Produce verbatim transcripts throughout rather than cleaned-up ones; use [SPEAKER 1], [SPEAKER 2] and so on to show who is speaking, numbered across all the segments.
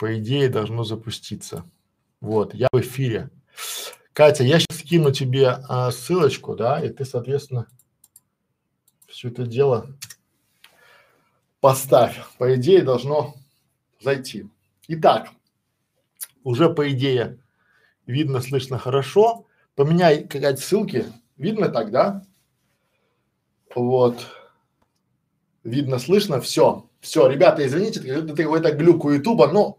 [SPEAKER 1] по идее, должно запуститься. Вот, я в эфире. Катя, я сейчас скину тебе а, ссылочку, да, и ты, соответственно, все это дело поставь. По идее, должно зайти. Итак, уже по идее видно, слышно хорошо. Поменяй какие-то ссылки. Видно так, да? Вот. Видно, слышно, все. Все, ребята, извините, это какой-то глюк у Ютуба, но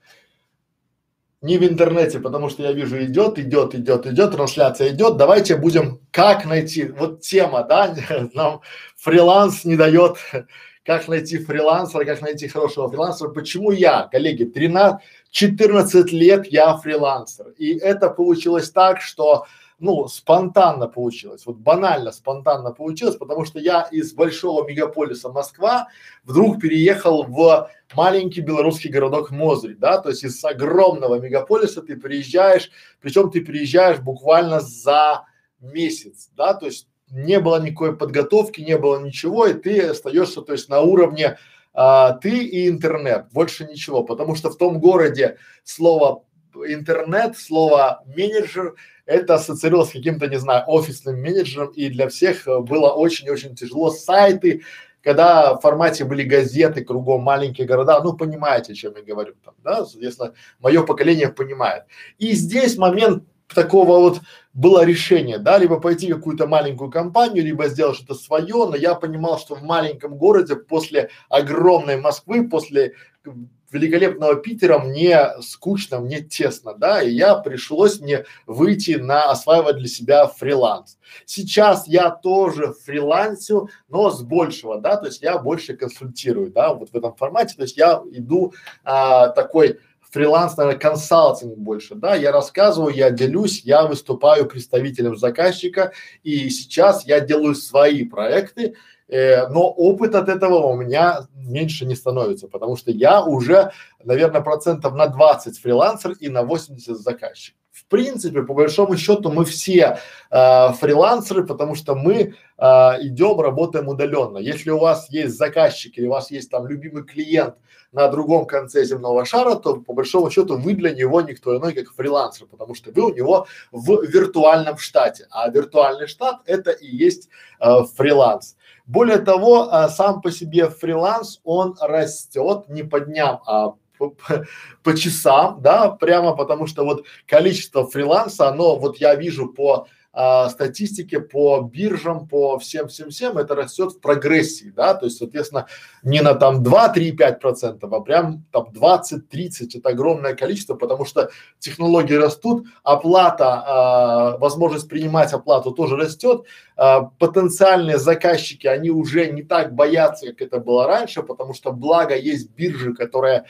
[SPEAKER 1] не в интернете, потому что я вижу идет, идет, идет, идет, трансляция идет. Давайте будем, как найти, вот тема, да, нам фриланс не дает, как найти фрилансера, как найти хорошего фрилансера. Почему я, коллеги, тринадцать, четырнадцать лет я фрилансер, и это получилось так, что ну, спонтанно получилось, вот банально спонтанно получилось, потому что я из большого мегаполиса Москва вдруг переехал в маленький белорусский городок Мозырь, да, то есть из огромного мегаполиса ты приезжаешь, причем ты приезжаешь буквально за месяц, да, то есть не было никакой подготовки, не было ничего, и ты остаешься, то есть на уровне а, ты и интернет, больше ничего, потому что в том городе слово интернет, слово менеджер это ассоциировалось с каким-то, не знаю, офисным менеджером, и для всех было очень-очень тяжело. Сайты, когда в формате были газеты, кругом маленькие города, ну понимаете, о чем я говорю там, да, соответственно, мое поколение понимает. И здесь момент такого вот было решение, да, либо пойти в какую-то маленькую компанию, либо сделать что-то свое, но я понимал, что в маленьком городе после огромной Москвы, после великолепного Питера мне скучно, мне тесно, да, и я пришлось мне выйти на осваивать для себя фриланс. Сейчас я тоже фрилансю, но с большего, да, то есть я больше консультирую, да, вот в этом формате, то есть я иду а, такой фриланс, наверное, консалтинг больше, да, я рассказываю, я делюсь, я выступаю представителем заказчика, и сейчас я делаю свои проекты, э, но опыт от этого у меня меньше не становится, потому что я уже, наверное, процентов на двадцать фрилансер и на восемьдесят заказчик. В принципе, по большому счету, мы все э, фрилансеры, потому что мы э, идем, работаем удаленно. Если у вас есть заказчик или у вас есть там любимый клиент на другом конце земного шара, то по большому счету вы для него никто иной, как фрилансер, потому что вы у него в виртуальном штате, а виртуальный штат это и есть э, фриланс. Более того, а, сам по себе фриланс, он растет не по дням, а по, по, по часам, да, прямо потому что вот количество фриланса, оно вот я вижу по а, статистике, по биржам, по всем-всем-всем, это растет в прогрессии, да, то есть, соответственно, не на там два, три, пять процентов, а прям там двадцать, тридцать, это огромное количество, потому что технологии растут, оплата, а, возможность принимать оплату тоже растет, а, потенциальные заказчики, они уже не так боятся, как это было раньше, потому что благо есть биржи, которые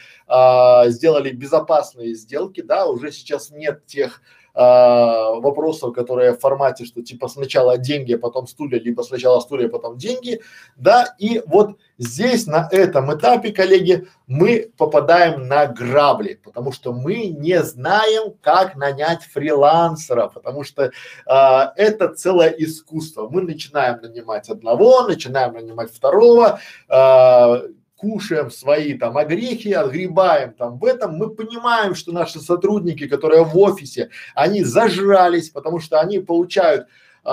[SPEAKER 1] а, сделали безопасные сделки, да, уже сейчас нет тех а, вопросов, которые в формате, что типа сначала деньги, а потом стулья, либо сначала стулья, а потом деньги, да, и вот здесь на этом этапе, коллеги, мы попадаем на грабли, потому что мы не знаем, как нанять фрилансера, потому что а, это целое искусство. Мы начинаем нанимать одного, начинаем нанимать второго, а, кушаем свои там огрехи, отгребаем там в этом, мы понимаем, что наши сотрудники, которые в офисе, они зажрались, потому что они получают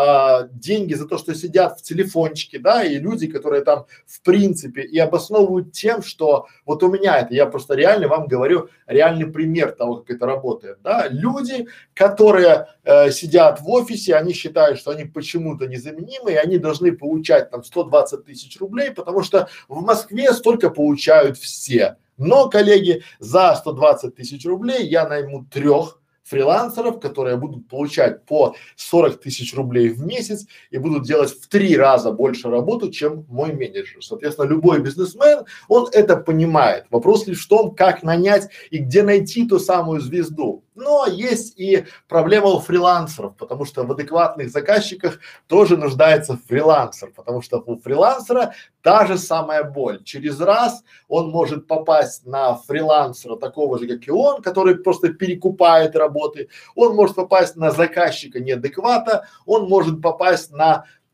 [SPEAKER 1] а, деньги за то, что сидят в телефончике, да, и люди, которые там в принципе и обосновывают тем, что вот у меня это, я просто реально вам говорю реальный пример того, как это работает, да, люди, которые э, сидят в офисе, они считают, что они почему-то незаменимы, и они должны получать там сто двадцать тысяч рублей, потому что в Москве столько получают все. Но, коллеги, за сто двадцать тысяч рублей я найму трех фрилансеров, которые будут получать по сорок тысяч рублей в месяц и будут делать в три раза больше работу, чем мой менеджер. Соответственно, любой бизнесмен, он это понимает. Вопрос лишь в том, как нанять и где найти ту самую звезду. Но есть и проблема у фрилансеров, потому что в адекватных заказчиках тоже нуждается фрилансер, потому что у фрилансера та же самая боль. Через раз он может попасть на фрилансера такого же, как и он, который просто перекупает работы, он может попасть на заказчика неадеквата, он может попасть на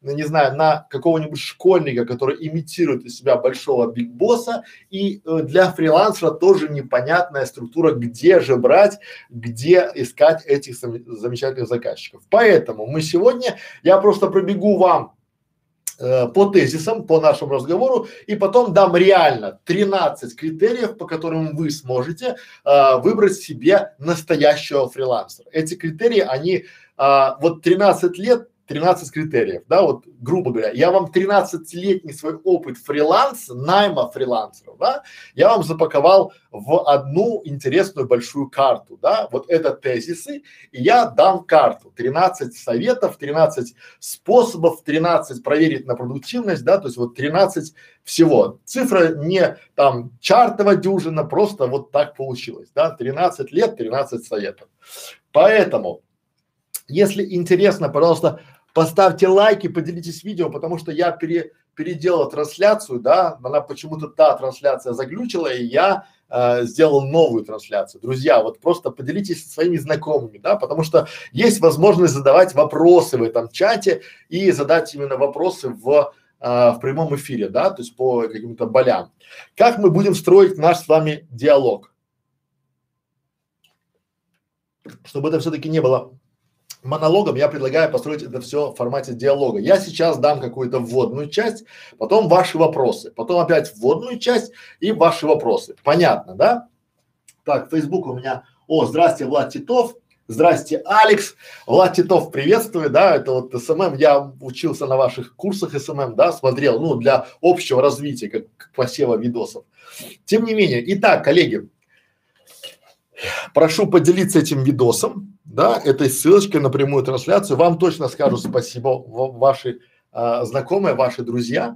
[SPEAKER 1] ну, не знаю, на какого-нибудь школьника, который имитирует из себя большого бигбосса, и э, для фрилансера тоже непонятная структура, где же брать, где искать этих зам- замечательных заказчиков. Поэтому мы сегодня, я просто пробегу вам э, по тезисам, по нашему разговору, и потом дам реально тринадцать критериев, по которым вы сможете э, выбрать себе настоящего фрилансера. Эти критерии, они а, вот тринадцать лет, тринадцать критериев, да, вот грубо говоря, я вам тринадцатилетний свой опыт фриланса, найма фрилансеров, да, я вам запаковал в одну интересную большую карту, да, вот это тезисы, и я дам карту, тринадцать советов, тринадцать способов, тринадцать проверить на продуктивность, да, то есть вот тринадцать всего. Цифра не там чартова дюжина, просто вот так получилось, да, тринадцать лет, тринадцать советов. Поэтому если интересно, пожалуйста, поставьте лайки, поделитесь видео, потому что я пере, переделал трансляцию, да, она почему-то та трансляция заглючила, и я э, сделал новую трансляцию. Друзья, вот просто поделитесь со своими знакомыми, да, потому что есть возможность задавать вопросы в этом чате и задать именно вопросы в, э, в прямом эфире, да, то есть по каким-то болям. Как мы будем строить наш с вами диалог? Чтобы это все-таки не было монологом, я предлагаю построить это все в формате диалога. Я сейчас дам какую-то вводную часть, потом ваши вопросы, потом опять вводную часть и ваши вопросы. Понятно, да? Так, Facebook у меня. О, здрасте, Влад Титов. Здрасте, Алекс. Влад Титов, приветствую, да, это вот СММ, я учился на ваших курсах СММ, да, смотрел, ну, для общего развития, как, как посева видосов. Тем не менее, итак, коллеги, прошу поделиться этим видосом, да, этой ссылочкой на прямую трансляцию. Вам точно скажу спасибо, в, ваши а, знакомые, ваши друзья.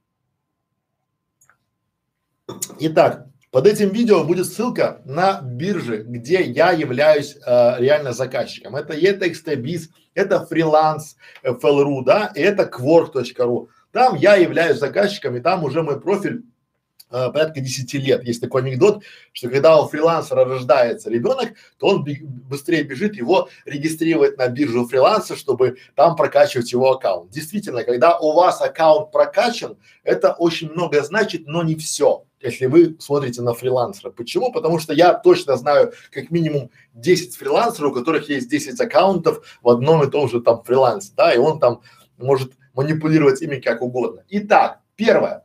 [SPEAKER 1] Итак, под этим видео будет ссылка на биржи, где я являюсь а, реально заказчиком. Это ETXTBiz, это фриланс эф эл ру, да, и это кворк точка ру. Там я являюсь заказчиком, и там уже мой профиль Uh, порядка десяти лет. Есть такой анекдот, что когда у фрилансера рождается ребенок, то он бег, быстрее бежит его регистрировать на биржу фриланса, чтобы там прокачивать его аккаунт. Действительно, когда у вас аккаунт прокачан, это очень много значит, но не все, если вы смотрите на фрилансера. Почему? Потому что я точно знаю как минимум десять фрилансеров, у которых есть десять аккаунтов в одном и том же там фрилансе, да, и он там может манипулировать ими как угодно. Итак, первое.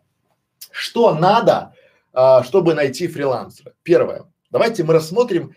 [SPEAKER 1] Что надо, а, чтобы найти фрилансера? Первое. Давайте мы рассмотрим,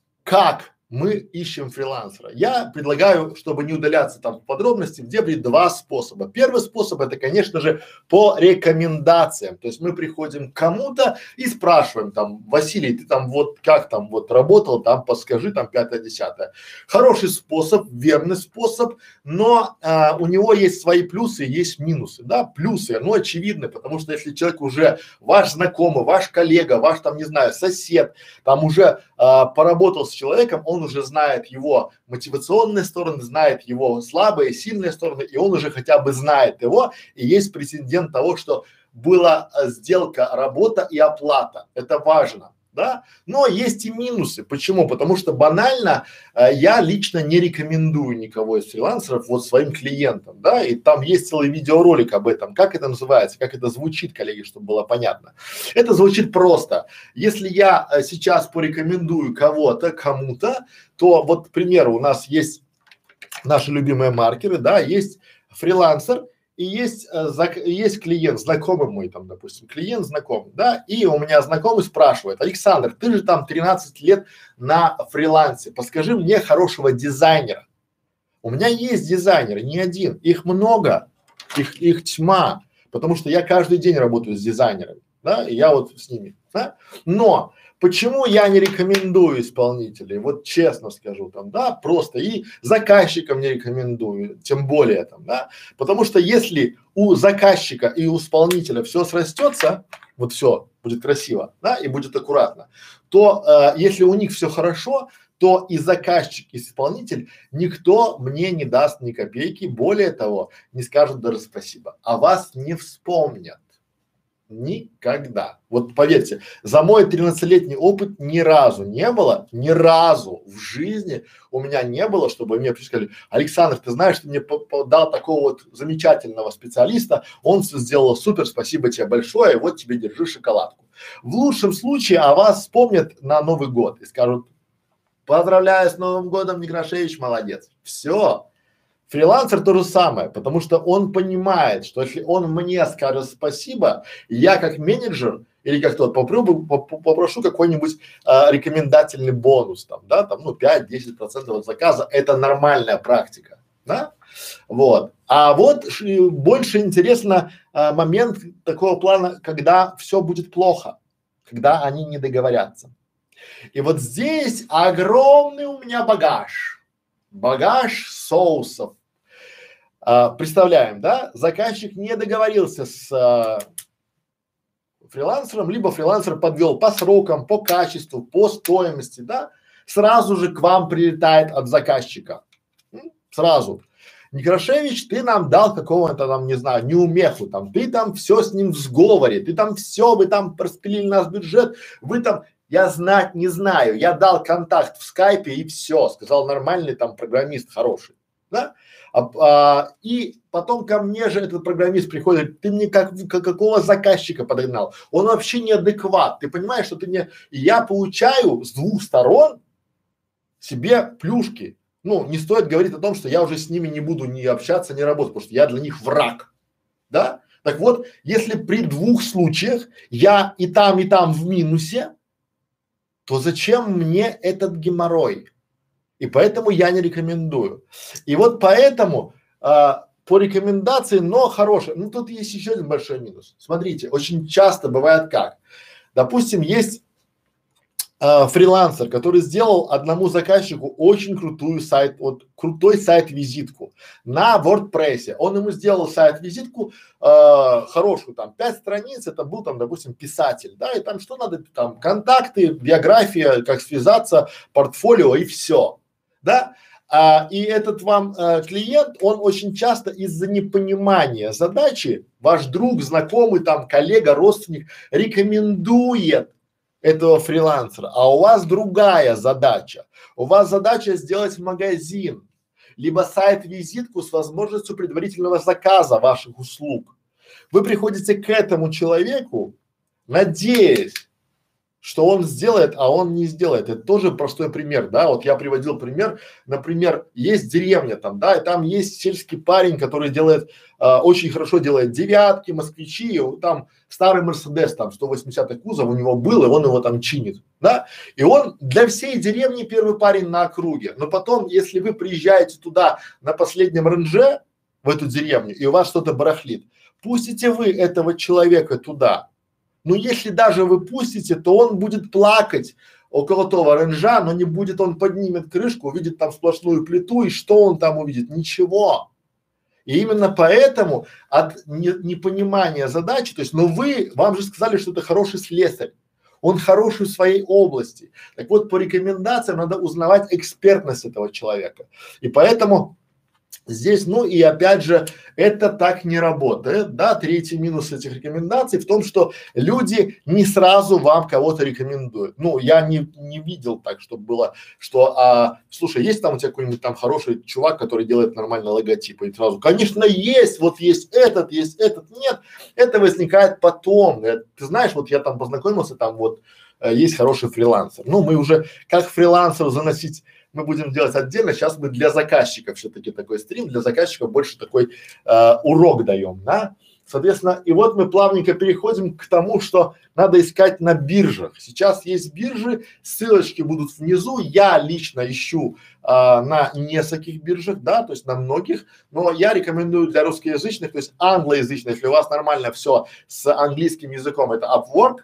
[SPEAKER 1] как мы ищем фрилансера. Я предлагаю, чтобы не удаляться там в подробности, где будет два способа. Первый способ это, конечно же, по рекомендациям. То есть мы приходим к кому-то и спрашиваем там: Василий, ты там вот как там вот работал, там подскажи там пятое-десятое. Хороший способ, верный способ, но а, у него есть свои плюсы и есть минусы, да, плюсы, ну очевидно, потому что если человек уже ваш знакомый, ваш коллега, ваш там, не знаю, сосед, там уже а, поработал с человеком, он уже знает его мотивационные стороны, знает его слабые, сильные стороны, и он уже хотя бы знает его, и есть прецедент того, что была а, сделка, работа и оплата. Это важно, да? Но есть и минусы. Почему? Потому что банально а, я лично не рекомендую никого из фрилансеров вот своим клиентам, да, и там есть целый видеоролик об этом, как это называется, как это звучит, коллеги, чтобы было понятно. Это звучит просто. Если я а, сейчас порекомендую кого-то кому-то, то вот, к примеру, у нас есть наши любимые маркеры, да, есть фрилансер и есть, э, зак, есть клиент, знакомый мой там, допустим, клиент знакомый, да, и у меня знакомый спрашивает: Александр, ты же там тринадцать лет на фрилансе, подскажи мне хорошего дизайнера. У меня есть дизайнеры, не один, их много, их, их тьма, потому что я каждый день работаю с дизайнерами, да, и я вот с ними, да, но почему я не рекомендую исполнителей? Вот честно скажу там, да, просто и заказчикам не рекомендую, тем более там, да, потому что если у заказчика и у исполнителя все срастется, вот все будет красиво, да, и будет аккуратно, то э, если у них все хорошо, то и заказчик, и исполнитель никто мне не даст ни копейки, более того, не скажут даже спасибо, а вас не вспомнят. Никогда. Вот поверьте, за мой тринадцатилетний опыт ни разу не было, ни разу в жизни у меня не было, чтобы мне сказали: Александр, ты знаешь, ты мне дал такого вот замечательного специалиста, он все сделал супер, спасибо тебе большое, вот тебе держи шоколадку. В лучшем случае о вас вспомнят на Новый год и скажут: поздравляю с Новым годом, Некрашевич, молодец. Все. Фрилансер то же самое, потому что он понимает, что если он мне скажет спасибо, я как менеджер или как тот попробую, попрошу какой-нибудь а, рекомендательный бонус там, да, там, ну, пять-десять процентов от заказа, это нормальная практика, да, вот. А вот ш, больше интересно а, момент такого плана, когда все будет плохо, когда они не договорятся. И вот здесь огромный у меня багаж. Багаж соусов. А, представляем, да, заказчик не договорился с а, фрилансером, либо фрилансер подвел по срокам, по качеству, по стоимости, да, сразу же к вам прилетает от заказчика. М? Сразу. Некрашевич, ты нам дал какого-то там, не знаю, неумеху, там, ты там все с ним в сговоре, ты там все, вы там распилили наш бюджет, вы там… Я знать не знаю, я дал контакт в скайпе и все, сказал нормальный там программист хороший, да? А, а, и потом ко мне же этот программист приходит: ты мне как, как какого заказчика подогнал? Он вообще неадекват, ты понимаешь, что ты не… И я получаю с двух сторон себе плюшки. Ну, не стоит говорить о том, что я уже с ними не буду ни общаться, ни работать, потому что я для них враг, да? Так вот, если при двух случаях я и там, и там в минусе, то зачем мне этот геморрой? И поэтому я не рекомендую. И вот поэтому а, по рекомендации, но хороший. Ну тут есть еще один большой минус. Смотрите, очень часто бывает как. Допустим, есть а, фрилансер, который сделал одному заказчику очень крутую сайт, вот крутой сайт-визитку на WordPress. Он ему сделал сайт-визитку а, хорошую, там пять страниц, это был там, допустим, писатель, да, и там что надо, там контакты, биография, как связаться, портфолио и все, да. А, и этот вам а, клиент, он очень часто из-за непонимания задачи, ваш друг, знакомый, там коллега, родственник рекомендует этого фрилансера, а у вас другая задача. У вас задача сделать магазин, либо сайт-визитку с возможностью предварительного заказа ваших услуг. Вы приходите к этому человеку, надеясь, что он сделает, а он не сделает. Это тоже простой пример, да, вот я приводил пример, например, есть деревня там, да, и там есть сельский парень, который делает, а, очень хорошо делает девятки, москвичи, там старый Мерседес, там сто восьмидесятый кузов у него был, и он его там чинит, да, и он для всей деревни первый парень на округе, но потом, если вы приезжаете туда на последнем ренже, в эту деревню, и у вас что-то барахлит, пустите вы этого человека туда. Но если даже вы пустите, то он будет плакать около того ренжа, но не будет, он поднимет крышку, увидит там сплошную плиту, и что он там увидит? Ничего. И именно поэтому от не, непонимания задачи, то есть, но вы, вам же сказали, что это хороший слесарь, он хороший в своей области. Так вот, по рекомендациям надо узнавать экспертность этого человека. И поэтому здесь, ну и опять же, это так не работает, да, третий минус этих рекомендаций в том, что люди не сразу вам кого-то рекомендуют. Ну, я не, не видел так, чтобы было, что, а, слушай, есть там у тебя какой-нибудь там хороший чувак, который делает нормальные логотипы, и сразу, конечно, есть, вот есть этот, есть этот, нет, это возникает потом. Э, ты знаешь, вот я там познакомился, там вот э, есть хороший фрилансер, ну, мы уже как фрилансер заносить мы будем делать отдельно, сейчас мы для заказчиков все-таки такой стрим, для заказчиков больше такой э, урок даем, да, соответственно, и вот мы плавненько переходим к тому, что надо искать на биржах. Сейчас есть биржи, ссылочки будут внизу, я лично ищу э, на нескольких биржах, да, то есть на многих, но я рекомендую для русскоязычных, то есть англоязычных, если у вас нормально все с английским языком, это Upwork,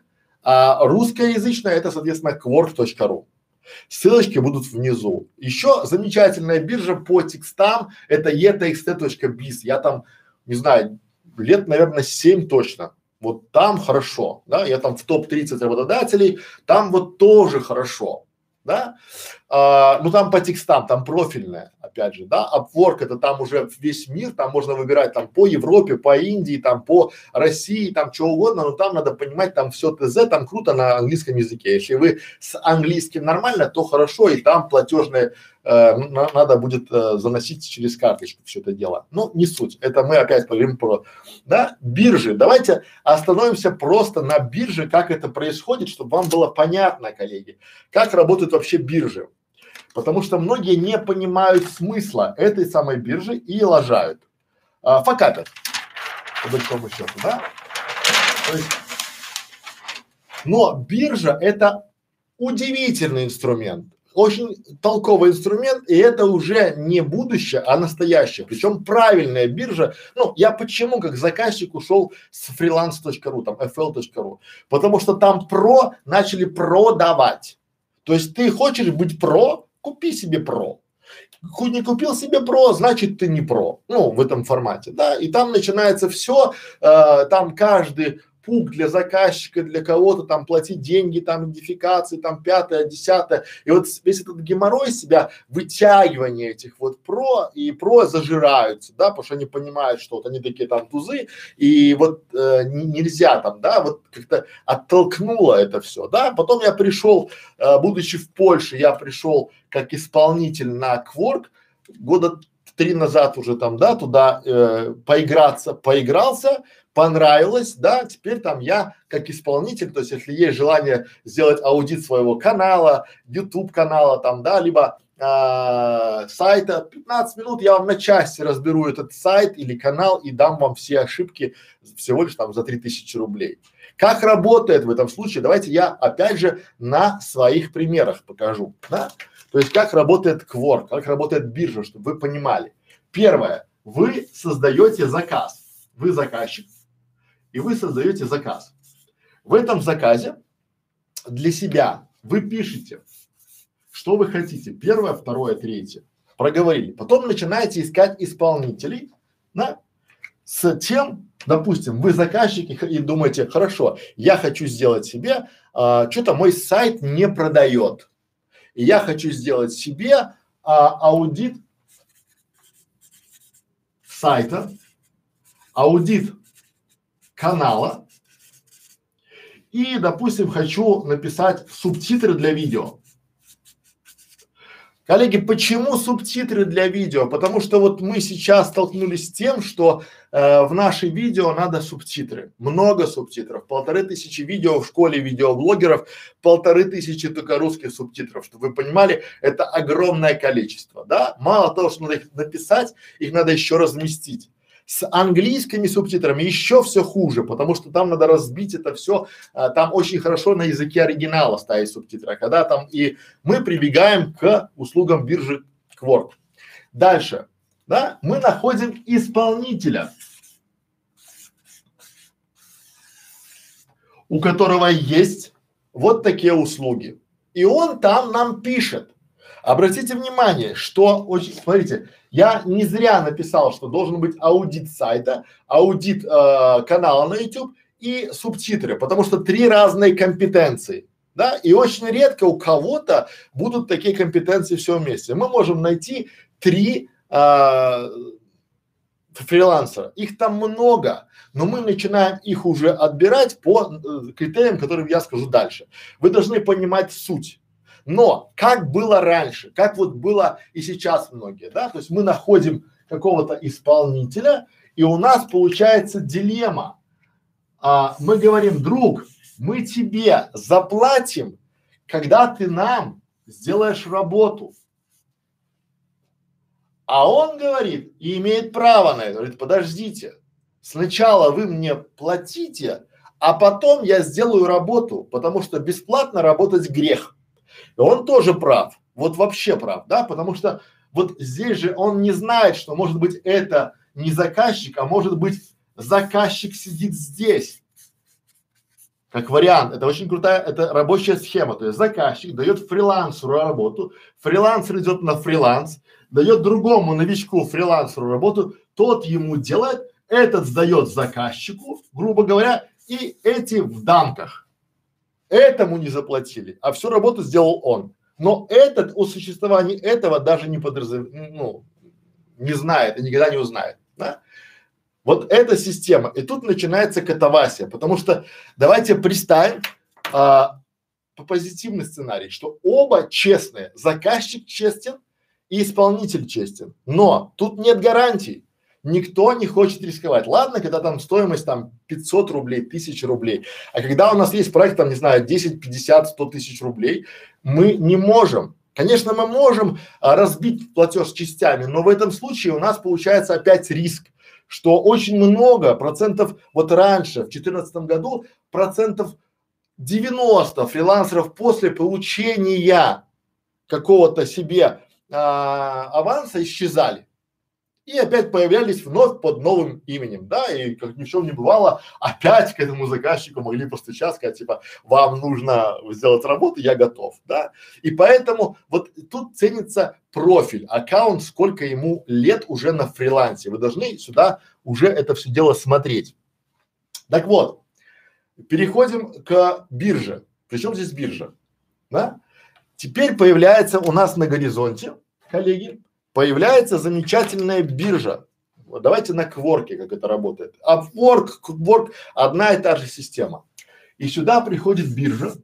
[SPEAKER 1] а русскоязычное это, соответственно, кворк точка ру. Ссылочки будут внизу. Еще замечательная биржа по текстам – это и ти экс ти точка биз. Я там, не знаю, лет, наверное, семь точно. Вот там хорошо, да, я там в топ тридцать работодателей, там вот тоже хорошо, да. а, ну там по текстам, там профильное, опять же, да, Upwork это там уже весь мир, там можно выбирать там по Европе, по Индии, там по России, там что угодно, но там надо понимать, там все ТЗ, там круто на английском языке. Если вы с английским нормально, то хорошо, и там платежные э, на, надо будет э, заносить через карточку все это дело. Ну, не суть, это мы опять поговорим про, да, биржи. Давайте остановимся просто на бирже, как это происходит, чтобы вам было понятно, коллеги, как работают вообще биржи. Потому что многие не понимают смысла этой самой биржи и лажают. А, факапят, по большому счету, да? То есть, но биржа это удивительный инструмент, очень толковый инструмент, и это уже не будущее, а настоящее. Причем правильная биржа. Ну, я почему как заказчик ушел с фриланс точка ру, там эф эл точка ру? Потому что там про начали продавать. То есть ты хочешь быть про, купи себе про. Хоть не купил себе про, значит ты не про. Ну, в этом формате, да. И там начинается все, э, там каждый пункт для заказчика, для кого-то там платить деньги, там идентификации, там пятое, десятое. И вот весь этот геморрой себя, вытягивание этих вот про и про зажираются, да, потому что они понимают, что вот они такие там тузы, и вот э, н- нельзя там, да, вот как-то оттолкнуло это все, да. Потом я пришел, э, будучи в Польше, я пришел как исполнитель на Quark года три назад уже там, да, туда э, поиграться, поигрался, понравилось, да, теперь там я как исполнитель, то есть если есть желание сделать аудит своего канала, YouTube канала там, да, либо а, сайта, пятнадцать минут я вам на части разберу этот сайт или канал и дам вам все ошибки всего лишь там за три тысячи рублей. Как работает в этом случае? Давайте я опять же на своих примерах покажу, да. То есть как работает Quark, как работает биржа, чтобы вы понимали. Первое, вы создаете заказ, вы заказчик, и вы создаете заказ. В этом заказе для себя вы пишете, что вы хотите, первое, второе, третье, проговорили. Потом начинаете искать исполнителей, да, с тем, допустим, вы заказчики и думаете, хорошо, я хочу сделать себе, а, что-то мой сайт не продает. И я хочу сделать себе а, аудит сайта, аудит канала и, допустим, хочу написать субтитры для видео. Коллеги, почему субтитры для видео? Потому что вот мы сейчас столкнулись с тем, что э, в наши видео надо субтитры, много субтитров, полторы тысячи видео в школе видеоблогеров, полторы тысячи только русских субтитров, чтобы вы понимали, это огромное количество, да? Мало того, что надо их написать, их надо еще разместить. С английскими субтитрами еще все хуже, потому что там надо разбить это все, а, там очень хорошо на языке оригинала ставить субтитры, когда там и мы прибегаем к услугам биржи Quark. Дальше, да, мы находим исполнителя, у которого есть вот такие услуги, и он там нам пишет. Обратите внимание, что очень, смотрите, я не зря написал, что должен быть аудит сайта, аудит э, канала на YouTube и субтитры, потому что три разные компетенции, да, и очень редко у кого-то будут такие компетенции все вместе. Мы можем найти три э, фрилансера, их там много, но мы начинаем их уже отбирать по э, критериям, которым я скажу дальше. Вы должны понимать суть. Но как было раньше, как вот было и сейчас многие, да, то есть мы находим какого-то исполнителя, и у нас получается дилемма. А, мы говорим, друг, мы тебе заплатим, когда ты нам сделаешь работу. А он говорит, и имеет право на это, говорит, подождите, сначала вы мне платите, а потом я сделаю работу, потому что бесплатно работать грех. И он тоже прав, вот вообще прав, да, потому что вот здесь же он не знает, что может быть это не заказчик, а может быть заказчик сидит здесь. Как вариант, это очень крутая, это рабочая схема, то есть заказчик дает фрилансеру работу, фрилансер идет на фриланс, дает другому новичку фрилансеру работу, тот ему делает, этот сдает заказчику, грубо говоря, и эти в дамках. Этому не заплатили, а всю работу сделал он. Но этот о существовании этого даже не подразумевает, ну, не знает и никогда не узнает, да? Вот эта система. И тут начинается катавасия, потому что давайте представим а, по позитивный сценарий, что оба честные, заказчик честен и исполнитель честен, но тут нет гарантий. Никто не хочет рисковать. Ладно, когда там стоимость там пятьсот рублей, тысяча рублей, а когда у нас есть проект там, не знаю, десять, пятьдесят, сто тысяч рублей, мы не можем. Конечно, мы можем а, разбить платеж частями, но в этом случае у нас получается опять риск, что очень много процентов, вот раньше, в две тысячи четырнадцатом году, процентов девяносто фрилансеров после получения какого-то себе а, аванса исчезали. И опять появлялись вновь под новым именем, да, и как ни в чем не бывало, опять к этому заказчику могли постучать, сказать, типа, вам нужно сделать работу, я готов, да. И поэтому вот тут ценится профиль, аккаунт, сколько ему лет уже на фрилансе. Вы должны сюда уже это все дело смотреть. Так вот, переходим к бирже. Причем здесь биржа, да? Теперь появляется у нас на горизонте, коллеги, появляется замечательная биржа. Вот давайте на Кворке, как это работает. Upwork, Quark – одна и та же система. И сюда приходит биржа.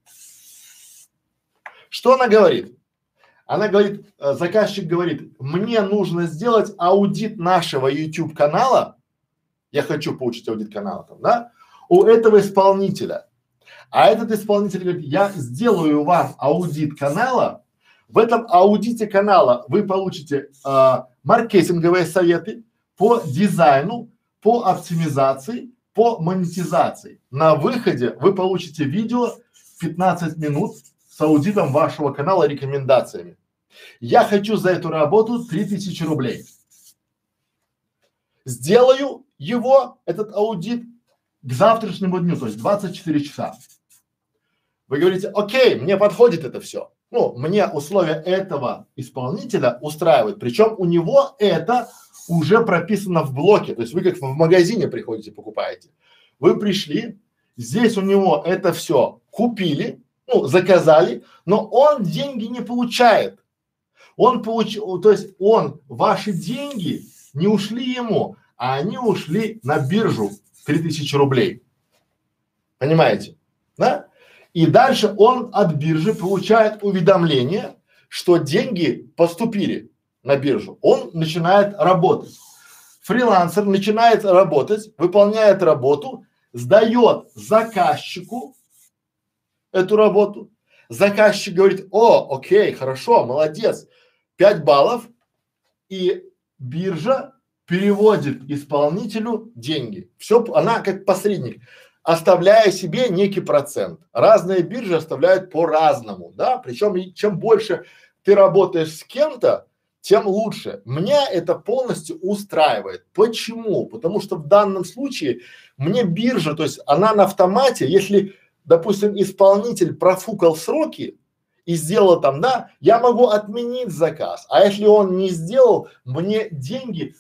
[SPEAKER 1] Что она говорит? Она говорит, э, заказчик говорит, мне нужно сделать аудит нашего YouTube канала. Я хочу получить аудит канала там, да? У этого исполнителя. А этот исполнитель говорит, я сделаю вам аудит канала. В этом аудите канала вы получите а, маркетинговые советы по дизайну, по оптимизации, по монетизации. На выходе вы получите видео пятнадцать минут с аудитом вашего канала, рекомендациями. Я хочу за эту работу три тысячи рублей. Сделаю его, этот аудит, к завтрашнему дню, то есть двадцать четыре часа. Вы говорите, окей, мне подходит это все. Ну, мне условия этого исполнителя устраивают, причем у него это уже прописано в блоке, то есть вы как в магазине приходите, покупаете. Вы пришли, здесь у него это все купили, ну, заказали, но он деньги не получает. Он получил, то есть он, ваши деньги не ушли ему, а они ушли на биржу три тысячи рублей. Понимаете, да? И дальше он от биржи получает уведомление, что деньги поступили на биржу. Он начинает работать. Фрилансер начинает работать, выполняет работу, сдает заказчику эту работу. Заказчик говорит, о, окей, хорошо, молодец, пять баллов, и биржа переводит исполнителю деньги. Все, она как посредник, оставляя себе некий процент. Разные биржи оставляют по-разному, да, причем и чем больше ты работаешь с кем-то, тем лучше. Меня это полностью устраивает. Почему? Потому что в данном случае мне биржа, то есть она на автомате, если, допустим, исполнитель профукал сроки и сделал там, да, я могу отменить заказ, а если он не сделал, мне деньги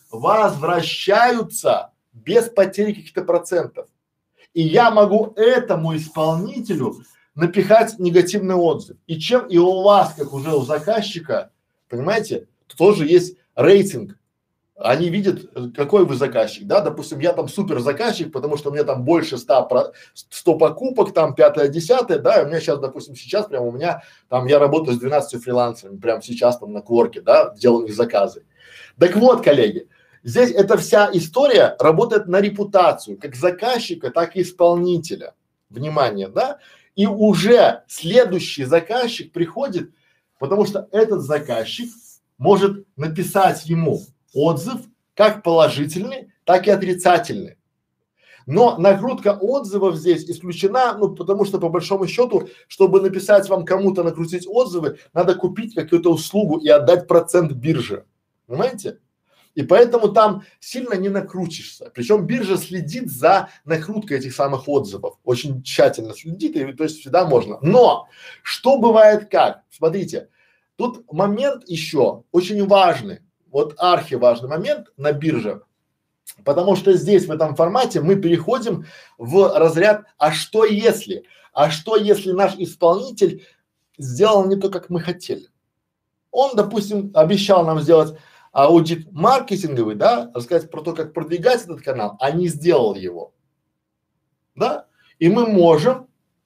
[SPEAKER 1] возвращаются без потери каких-то процентов. И я могу этому исполнителю напихать негативный отзыв. И чем и у вас, как уже у заказчика, понимаете, тоже есть рейтинг. Они видят, какой вы заказчик, да, допустим, я там супер заказчик, потому что у меня там больше ста, про, сто покупок, там пятое, десятое, да, и у меня сейчас, допустим, сейчас прям у меня, там я работаю с двенадцатью фрилансерами, прям сейчас там на Кворке, да, делаю их заказы. Так вот, коллеги, здесь эта вся история работает на репутацию, как заказчика, так и исполнителя. Внимание, да? И уже следующий заказчик приходит, потому что этот заказчик может написать ему отзыв как положительный, так и отрицательный. Но накрутка отзывов здесь исключена, ну, потому что по большому счету, чтобы написать вам кому-то, накрутить отзывы, надо купить какую-то услугу и отдать процент бирже. Понимаете? И поэтому там сильно не накрутишься. Причем биржа следит за накруткой этих самых отзывов. Очень тщательно следит, и то есть всегда можно. Но что бывает как? Смотрите, тут момент еще очень важный. Вот архиважный момент на бирже. Потому что здесь в этом формате мы переходим в разряд «а что если?». А что если наш исполнитель сделал не то, как мы хотели. Он, допустим, обещал нам сделать аудит маркетинговый, да, рассказать про то, как продвигать этот канал, а не сделал его, да, и мы можем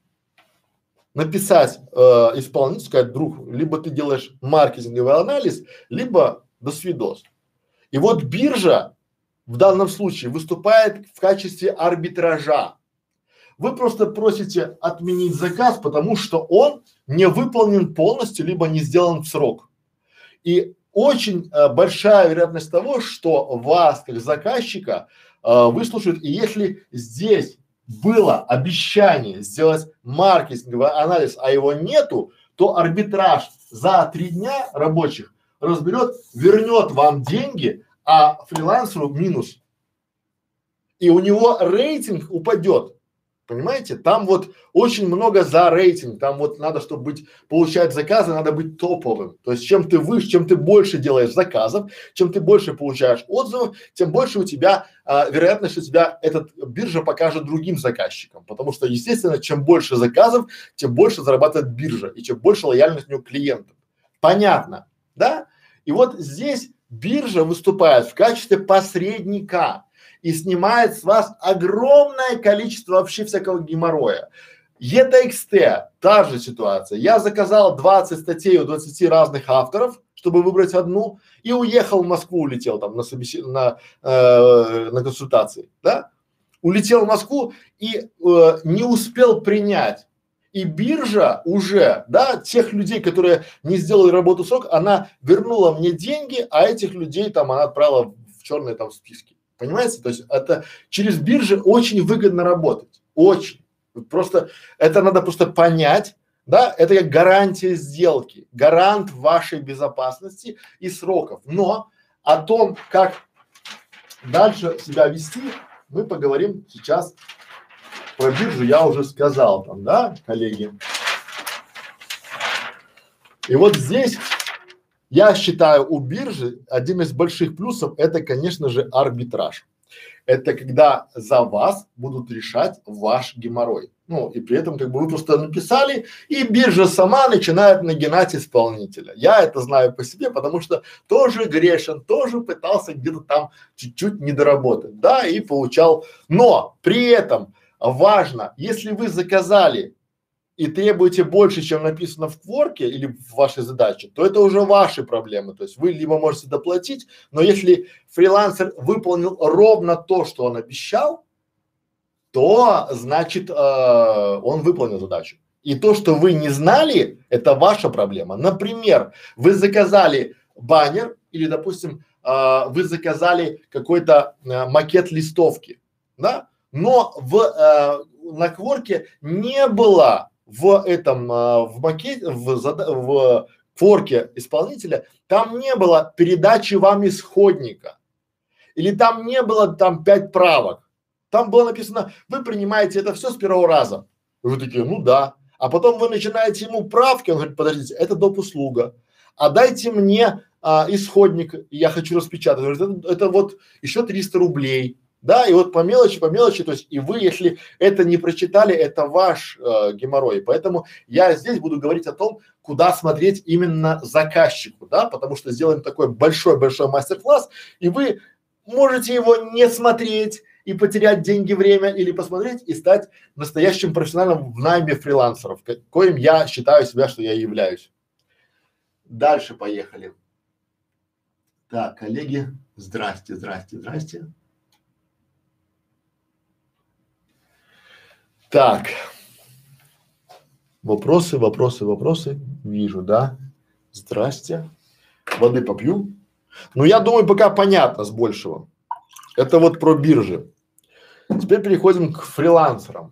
[SPEAKER 1] написать э, исполнителю, сказать: друг, либо ты делаешь маркетинговый анализ, либо до свидос. И вот биржа в данном случае выступает в качестве арбитража. Вы просто просите отменить заказ, потому что он не выполнен полностью, либо не сделан в срок. И очень э, большая вероятность того, что вас, как заказчика, э, выслушают. И если здесь было обещание сделать маркетинговый анализ, а его нету, то арбитраж за три дня рабочих разберет, вернет вам деньги, а фрилансеру минус. И у него рейтинг упадет. Понимаете? Там вот очень много за рейтинг, там вот надо, чтобы быть, получать заказы, надо быть топовым. То есть чем ты выше, чем ты больше делаешь заказов, чем ты больше получаешь отзывов, тем больше у тебя а, вероятность, что тебя этот биржа покажет другим заказчикам. Потому что, естественно, чем больше заказов, тем больше зарабатывает биржа и чем больше лояльность у нее клиентов. Понятно, да? И вот здесь биржа выступает в качестве посредника и снимает с вас огромное количество вообще всякого геморроя. и ти экс ти – та же ситуация. Я заказал двадцать статей у двадцати разных авторов, чтобы выбрать одну, и уехал в Москву, улетел там на собесед... на, э, на консультации, да? Улетел в Москву и э, не успел принять. И биржа уже, да, тех людей, которые не сделали работу срок, она вернула мне деньги, а этих людей там она отправила в черные там списки. Понимаете? То есть это через биржи очень выгодно работать. Очень. Просто это надо просто понять, да, это как гарантия сделки, гарант вашей безопасности и сроков. Но о том, как дальше себя вести, мы поговорим сейчас. Про биржу я уже сказал там, да, коллеги. И вот здесь я считаю, у биржи один из больших плюсов – это, конечно же, арбитраж. Это когда за вас будут решать ваш геморрой. Ну, и при этом как бы вы просто написали, и биржа сама начинает нагинать исполнителя. Я это знаю по себе, потому что тоже грешен, тоже пытался где-то там чуть-чуть недоработать, да, и получал. Но при этом важно, если вы заказали и требуете больше, чем написано в кворке или в вашей задаче, то это уже ваши проблемы. То есть вы либо можете доплатить, но если фрилансер выполнил ровно то, что он обещал, то значит э, он выполнил задачу. И то, что вы не знали, это ваша проблема. Например, вы заказали баннер или, допустим, э, вы заказали какой-то э, макет листовки, да, но в э, на кворке не было в этом, э, в макете, в, зада, в кворке исполнителя, там не было передачи вам исходника. Или там не было там пять правок. Там было написано, вы принимаете это все с первого раза. И вы такие, ну да. А потом вы начинаете ему правки, он говорит, подождите, это доп. Услуга. А дайте мне а, исходник, я хочу распечатать. Он говорит, это, это вот еще триста рублей. Да, и вот по мелочи, по мелочи, то есть и вы, если это не прочитали, это ваш э, геморрой. Поэтому я здесь буду говорить о том, куда смотреть именно заказчику, да, потому что сделаем такой большой-большой мастер-класс, и вы можете его не смотреть и потерять деньги, время, или посмотреть и стать настоящим профессионалом в найме фрилансеров, коим я считаю себя, что я являюсь. Дальше поехали. Так, коллеги, здрасте, здрасте, здрасте. Так, вопросы, вопросы, вопросы. Вижу, да. Здрасте. Воды попью. Ну, я думаю, пока понятно с большего. Это вот про биржи. Теперь переходим к фрилансерам.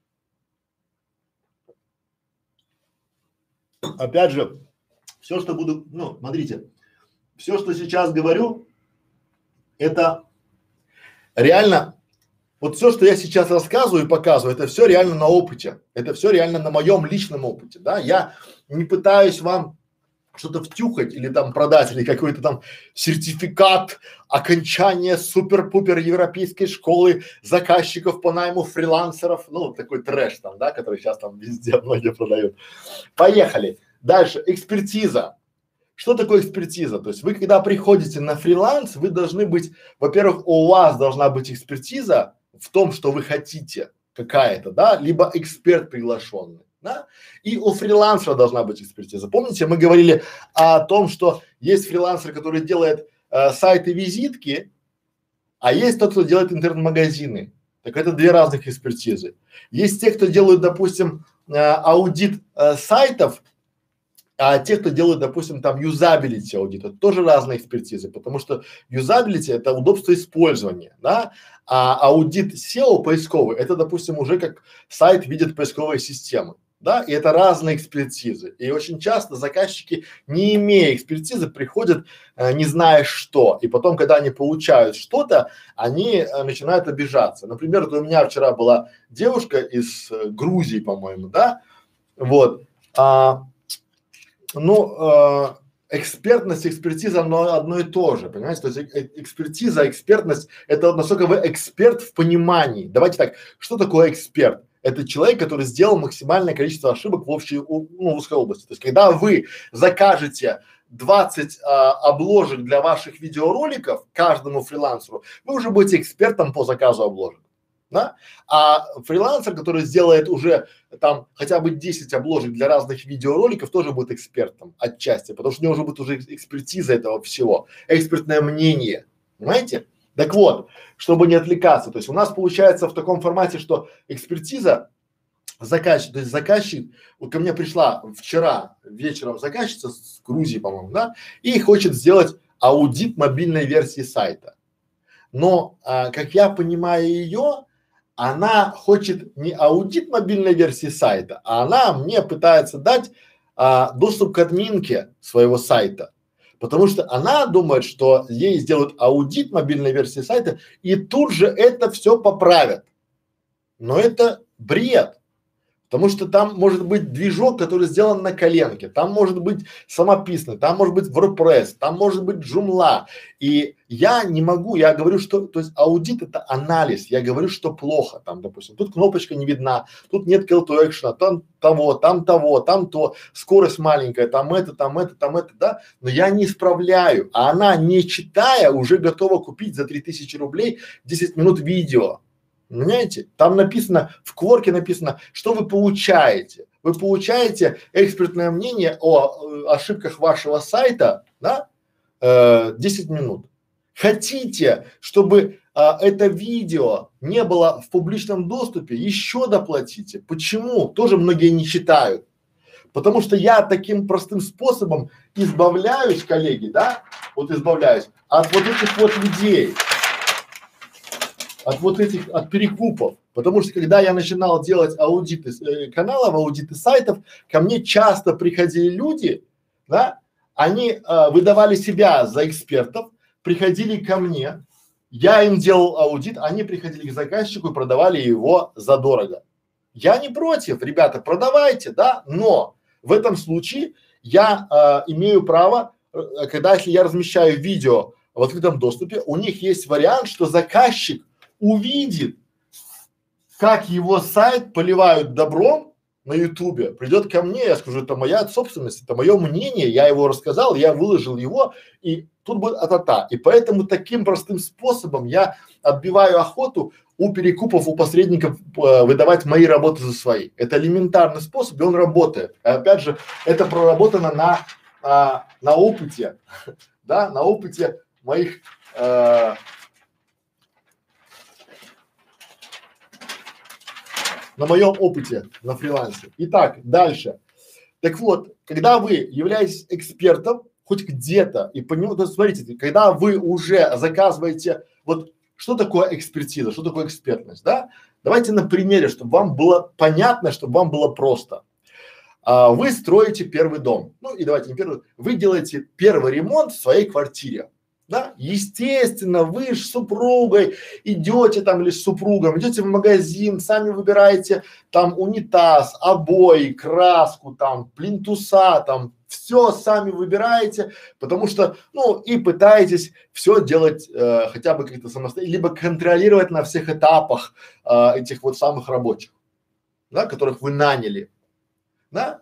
[SPEAKER 1] Опять же, все, что буду, ну, смотрите, все, что сейчас говорю, это реально. Вот все, что я сейчас рассказываю и показываю, это все реально на опыте, это все реально на моем личном опыте, да, я не пытаюсь вам что-то втюхать или там продать, или какой-то там сертификат окончания супер-пупер европейской школы заказчиков по найму фрилансеров, ну, такой трэш там, да, который сейчас там везде многие продают. Поехали. Дальше, экспертиза. Что такое экспертиза? То есть вы, когда приходите на фриланс, вы должны быть, во-первых, у вас должна быть экспертиза в том, что вы хотите, какая-то, да, либо эксперт приглашенный, да, и у фрилансера должна быть экспертиза. Помните, мы говорили о том, что есть фрилансер, который делает э, сайты-визитки, а есть тот, кто делает интернет-магазины. Так это две разных экспертизы. Есть те, кто делают, допустим, э, аудит э, сайтов, а те, кто делают, допустим, там юзабилити аудит, это тоже разные экспертизы, потому что юзабилити это удобство использования, да, а аудит сео поисковый это, допустим, уже как сайт видит поисковые системы, да, и это разные экспертизы. И очень часто заказчики, не имея экспертизы, приходят, э, не зная что, и потом, когда они получают что-то, они э, начинают обижаться. Например, вот у меня вчера была девушка из э, Грузии, по-моему, да, вот. А, Ну, э, экспертность, экспертиза, оно одно и то же, понимаете? То есть э, экспертиза, экспертность – это вот насколько вы эксперт в понимании. Давайте так, что такое эксперт? Это человек, который сделал максимальное количество ошибок в общей, у, ну, в узкой области. То есть когда вы закажете двадцать а, обложек для ваших видеороликов каждому фрилансеру, вы уже будете экспертом по заказу обложек. Да? А фрилансер, который сделает уже там хотя бы десять обложек для разных видеороликов, тоже будет экспертом отчасти, потому что у него уже будет уже экспертиза этого всего, экспертное мнение, понимаете? Так вот, чтобы не отвлекаться, то есть у нас получается в таком формате, что экспертиза заказчик, то есть заказчик, вот ко мне пришла вчера вечером заказчица с Грузии, по-моему, да, и хочет сделать аудит мобильной версии сайта. Но, а, как я понимаю ее, она хочет не аудит мобильной версии сайта, а она мне пытается дать а, доступ к админке своего сайта, потому что она думает, что ей сделают аудит мобильной версии сайта и тут же это все поправят. Но это бред. Потому что там может быть движок, который сделан на коленке, там может быть самописный, там может быть WordPress, там может быть Joomla. И я не могу, я говорю, что, то есть аудит это анализ, я говорю, что плохо там, допустим, тут кнопочка не видна, тут нет call to action, там того, там того, там то, скорость маленькая, там это, там это, там это, да, но я не исправляю, а она, не читая, уже готова купить за три тысячи рублей десять минут видео. Понимаете? Там написано, в Кворке написано, что вы получаете. Вы получаете экспертное мнение о э, ошибках вашего сайта, да, э, десять минут. Хотите, чтобы а, это видео не было в публичном доступе, еще доплатите. Почему? Тоже многие не читают. Потому что я таким простым способом избавляюсь, коллеги, да, вот избавляюсь от вот этих вот людей. От вот этих, от перекупов. Потому что когда я начинал делать аудиты э, каналов, аудиты сайтов, ко мне часто приходили люди, да, они э, выдавали себя за экспертов, приходили ко мне, я им делал аудит, они приходили к заказчику и продавали его задорого. Я не против, ребята, продавайте, да, но в этом случае я э, имею право, э, когда если я размещаю видео в открытом доступе, у них есть вариант, что заказчик увидит, как его сайт поливают добром на ютубе, придет ко мне, я скажу, это моя собственность, это мое мнение, я его рассказал, я выложил его, и тут будет а-та-та. И поэтому таким простым способом я отбиваю охоту у перекупов, у посредников э, выдавать мои работы за свои. Это элементарный способ, и он работает. И опять же, это проработано на, а, на опыте, да, на опыте моих э, на моем опыте на фрилансе. Итак, дальше. Так вот, когда вы являетесь экспертом хоть где-то и понимаете, то смотрите, когда вы уже заказываете, вот что такое экспертиза, что такое экспертность, да? Давайте на примере, чтобы вам было понятно, чтобы вам было просто. А, вы строите первый дом, ну и давайте не первый, вы делаете первый ремонт в своей квартире. Да, естественно, вы с супругой идете там или с супругом, идете в магазин, сами выбираете там унитаз, обои, краску, там плинтуса, там все сами выбираете, потому что, ну, и пытаетесь все делать э, хотя бы как-то самостоятельно, либо контролировать на всех этапах э, этих вот самых рабочих, да, которых вы наняли, да.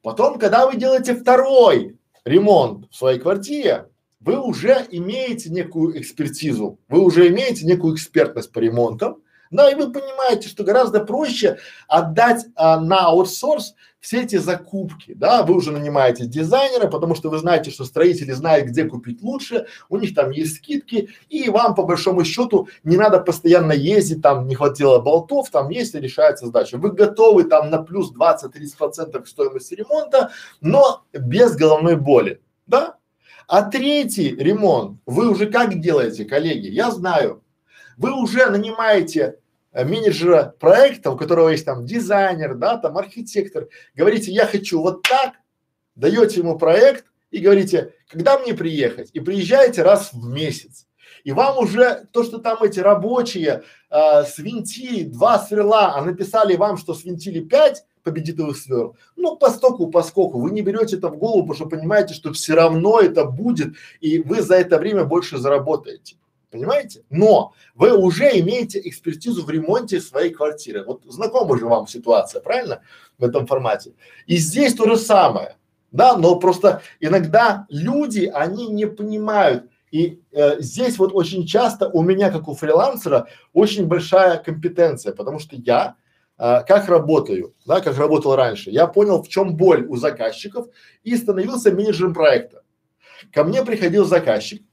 [SPEAKER 1] Потом, когда вы делаете второй ремонт в своей квартире, вы уже имеете некую экспертизу, вы уже имеете некую экспертность по ремонтам, да, и вы понимаете, что гораздо проще отдать а, на аутсорс все эти закупки, да, вы уже нанимаете дизайнера, потому что вы знаете, что строители знают, где купить лучше, у них там есть скидки, и вам по большому счету не надо постоянно ездить, там не хватило болтов, там есть и решается задача. Вы готовы там на плюс двадцать-тридцать процентов стоимости ремонта, но без головной боли, да. А третий ремонт вы уже как делаете, коллеги? Я знаю. Вы уже нанимаете э, менеджера проекта, у которого есть там дизайнер, да, там архитектор, говорите, я хочу вот так, даете ему проект и говорите, когда мне приехать? И приезжаете раз в месяц. И вам уже то, что там эти рабочие э, свинтили два сверла, а написали вам, что свинтили пять победителевых сверл, ну постоку поскоку, вы не берете это в голову, потому что понимаете, что все равно это будет, и вы за это время больше заработаете. Понимаете? Но вы уже имеете экспертизу в ремонте своей квартиры. Вот знакома же вам ситуация, правильно? В этом формате. И здесь то же самое, да, но просто иногда люди, они не понимают. И э, здесь вот очень часто у меня, как у фрилансера, очень большая компетенция, потому что я э, как работаю, да, как работал раньше, я понял, в чем боль у заказчиков и становился менеджером проекта. Ко мне приходил заказчик,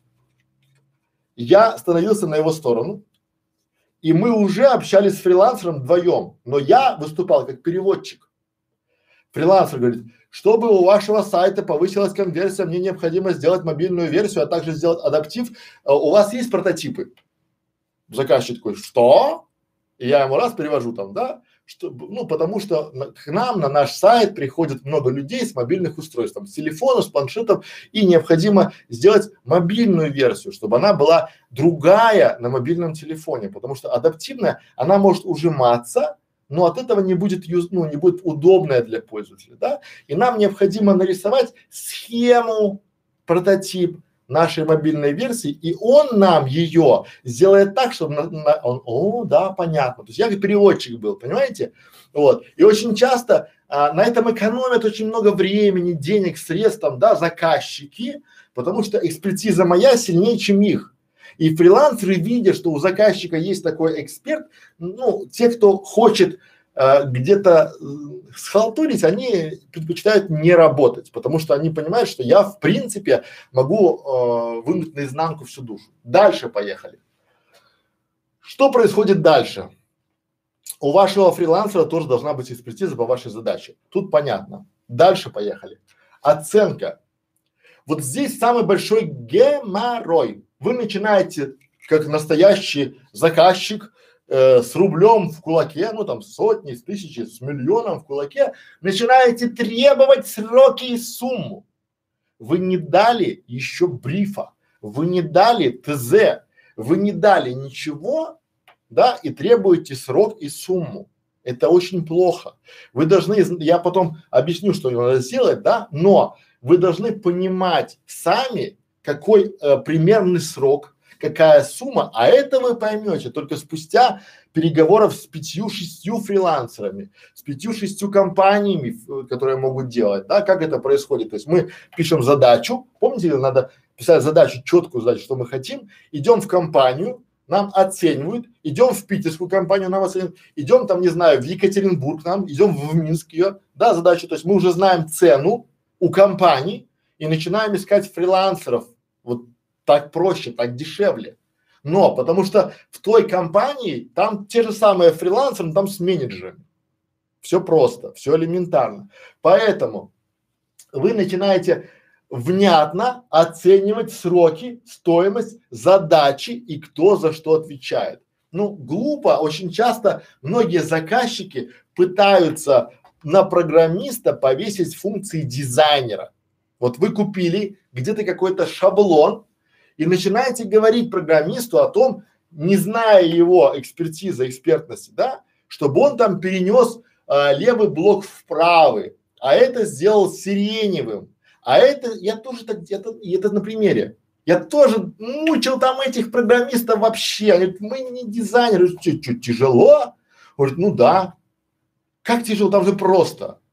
[SPEAKER 1] я становился на его сторону, и мы уже общались с фрилансером вдвоем, но я выступал как переводчик. Фрилансер говорит, чтобы у вашего сайта повысилась конверсия, мне необходимо сделать мобильную версию, а также сделать адаптив. А, у вас есть прототипы? Заказчик такой, что? И я ему раз перевожу там, да, что, ну, потому что на, к нам на наш сайт приходит много людей с мобильных устройств, там, с телефона, с планшетом, и необходимо сделать мобильную версию, чтобы она была другая на мобильном телефоне, потому что адаптивная, она может ужиматься, но от этого не будет юз, ну, не будет удобная для пользователя, да, и нам необходимо нарисовать схему, прототип нашей мобильной версии, и он нам ее сделает так, чтобы на, на, он, о, да, понятно. То есть я как переводчик был, понимаете? Вот. И очень часто а, на этом экономят очень много времени, денег, средств, там, да, заказчики, потому что экспертиза моя сильнее, чем их. И фрилансеры, видя, что у заказчика есть такой эксперт, ну, те, кто хочет э, где-то э, схалтурить, они предпочитают не работать, потому что они понимают, что я в принципе могу э, вынуть наизнанку всю душу. Дальше поехали. Что происходит дальше? У вашего фрилансера тоже должна быть экспертиза по вашей задаче. Тут понятно. Дальше поехали. Оценка. Вот здесь самый большой геморрой. Вы начинаете как настоящий заказчик э, с рублем в кулаке, ну там сотни, с тысячи, с миллионом в кулаке, начинаете требовать сроки и сумму. Вы не дали еще брифа, вы не дали ТЗ, вы не дали ничего, да, и требуете срок и сумму. Это очень плохо. Вы должны, я потом объясню, что надо сделать, да, но вы должны понимать сами, какой э, примерный срок, какая сумма, а это вы поймете только спустя переговоров с пятью-шестью фрилансерами, с пятью-шестью компаниями, которые могут делать, да, как это происходит. То есть мы пишем задачу, помните, надо писать задачу, четкую задачу, что мы хотим, идем в компанию, нам оценивают, идем в питерскую компанию, нам оценивают, идем там, не знаю, в Екатеринбург нам, идем в Минск ее, да, задачу, то есть мы уже знаем цену у компаний и начинаем искать фрилансеров. Вот так проще, так дешевле. Но потому что в той компании там те же самые фрилансеры, там с менеджерами. Все просто, все элементарно. Поэтому вы начинаете внятно оценивать сроки, стоимость, задачи и кто за что отвечает. Ну, глупо, очень часто многие заказчики пытаются на программиста повесить функции дизайнера. Вот вы купили где-то какой-то шаблон и начинаете говорить программисту о том, не зная его экспертизы, экспертности, да, чтобы он там перенес а, левый блок в правый, а это сделал сиреневым. А это я тоже так, это, это на примере. Я тоже мучил там этих программистов вообще. Они говорят, мы не дизайнеры, что, что, тяжело? Говорит, ну да. Как тяжело, там же просто.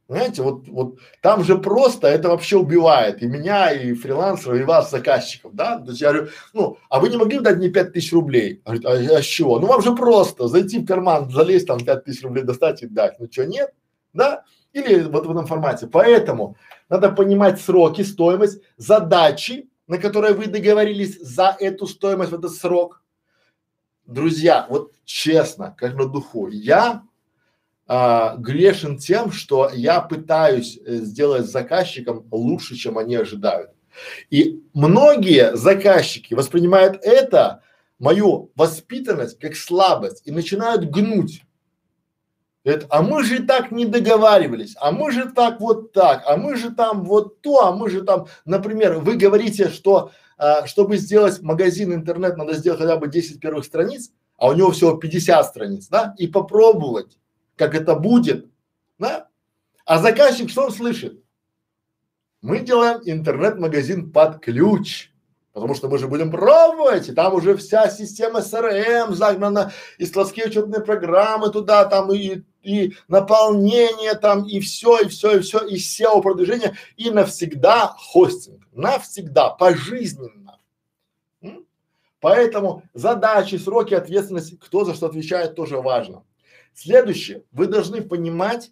[SPEAKER 1] Понимаете, вот, вот там же просто это вообще убивает и меня, и фрилансеров, и вас, заказчиков, да? То есть я говорю, ну, а вы не могли бы дать мне пять тысяч рублей? Говорит, а, а с чего? Ну, вам же просто зайти в карман, залезть там пять тысяч рублей достать и дать. Ну, что, нет? Да? Или вот в этом формате. Поэтому надо понимать сроки, стоимость, задачи, на которые вы договорились за эту стоимость, в этот срок. Друзья, вот честно, как на духу, я а, грешен тем, что я пытаюсь э, сделать заказчикам лучше, чем они ожидают. И многие заказчики воспринимают это, мою воспитанность, как слабость и начинают гнуть. Это, а мы же так не договаривались, а мы же так вот так, а мы же там вот то, а мы же там, например, вы говорите, что а, чтобы сделать магазин интернет, надо сделать хотя бы десять первых страниц, а у него всего пятьдесят страниц, да, и попробовать, как это будет, да? А заказчик что он слышит? Мы делаем интернет-магазин под ключ, потому что мы же будем пробовать, и там уже вся система эс эр эм загнана, и складские учетные программы туда, там и, и наполнение там, и все, и все, и все, и сео продвижение, и навсегда хостинг, навсегда, пожизненно. М? Поэтому задачи, сроки, ответственность, кто за что отвечает, тоже важно. Следующее, вы должны понимать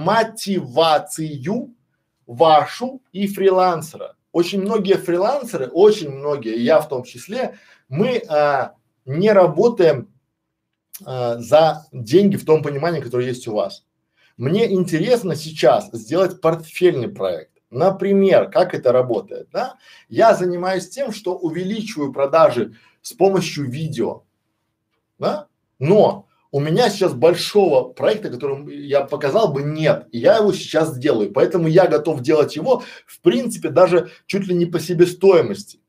[SPEAKER 1] мотивацию вашу и фрилансера. Очень многие фрилансеры, очень многие, и я в том числе, мы а, не работаем а, за деньги в том понимании, которое есть у вас. Мне интересно сейчас сделать портфельный проект. Например, как это работает, да? Я занимаюсь тем, что увеличиваю продажи с помощью видео, да? Но у меня сейчас большого проекта, который я показал бы, нет, и я его сейчас делаю, поэтому я готов делать его, в принципе, даже чуть ли не по себестоимости,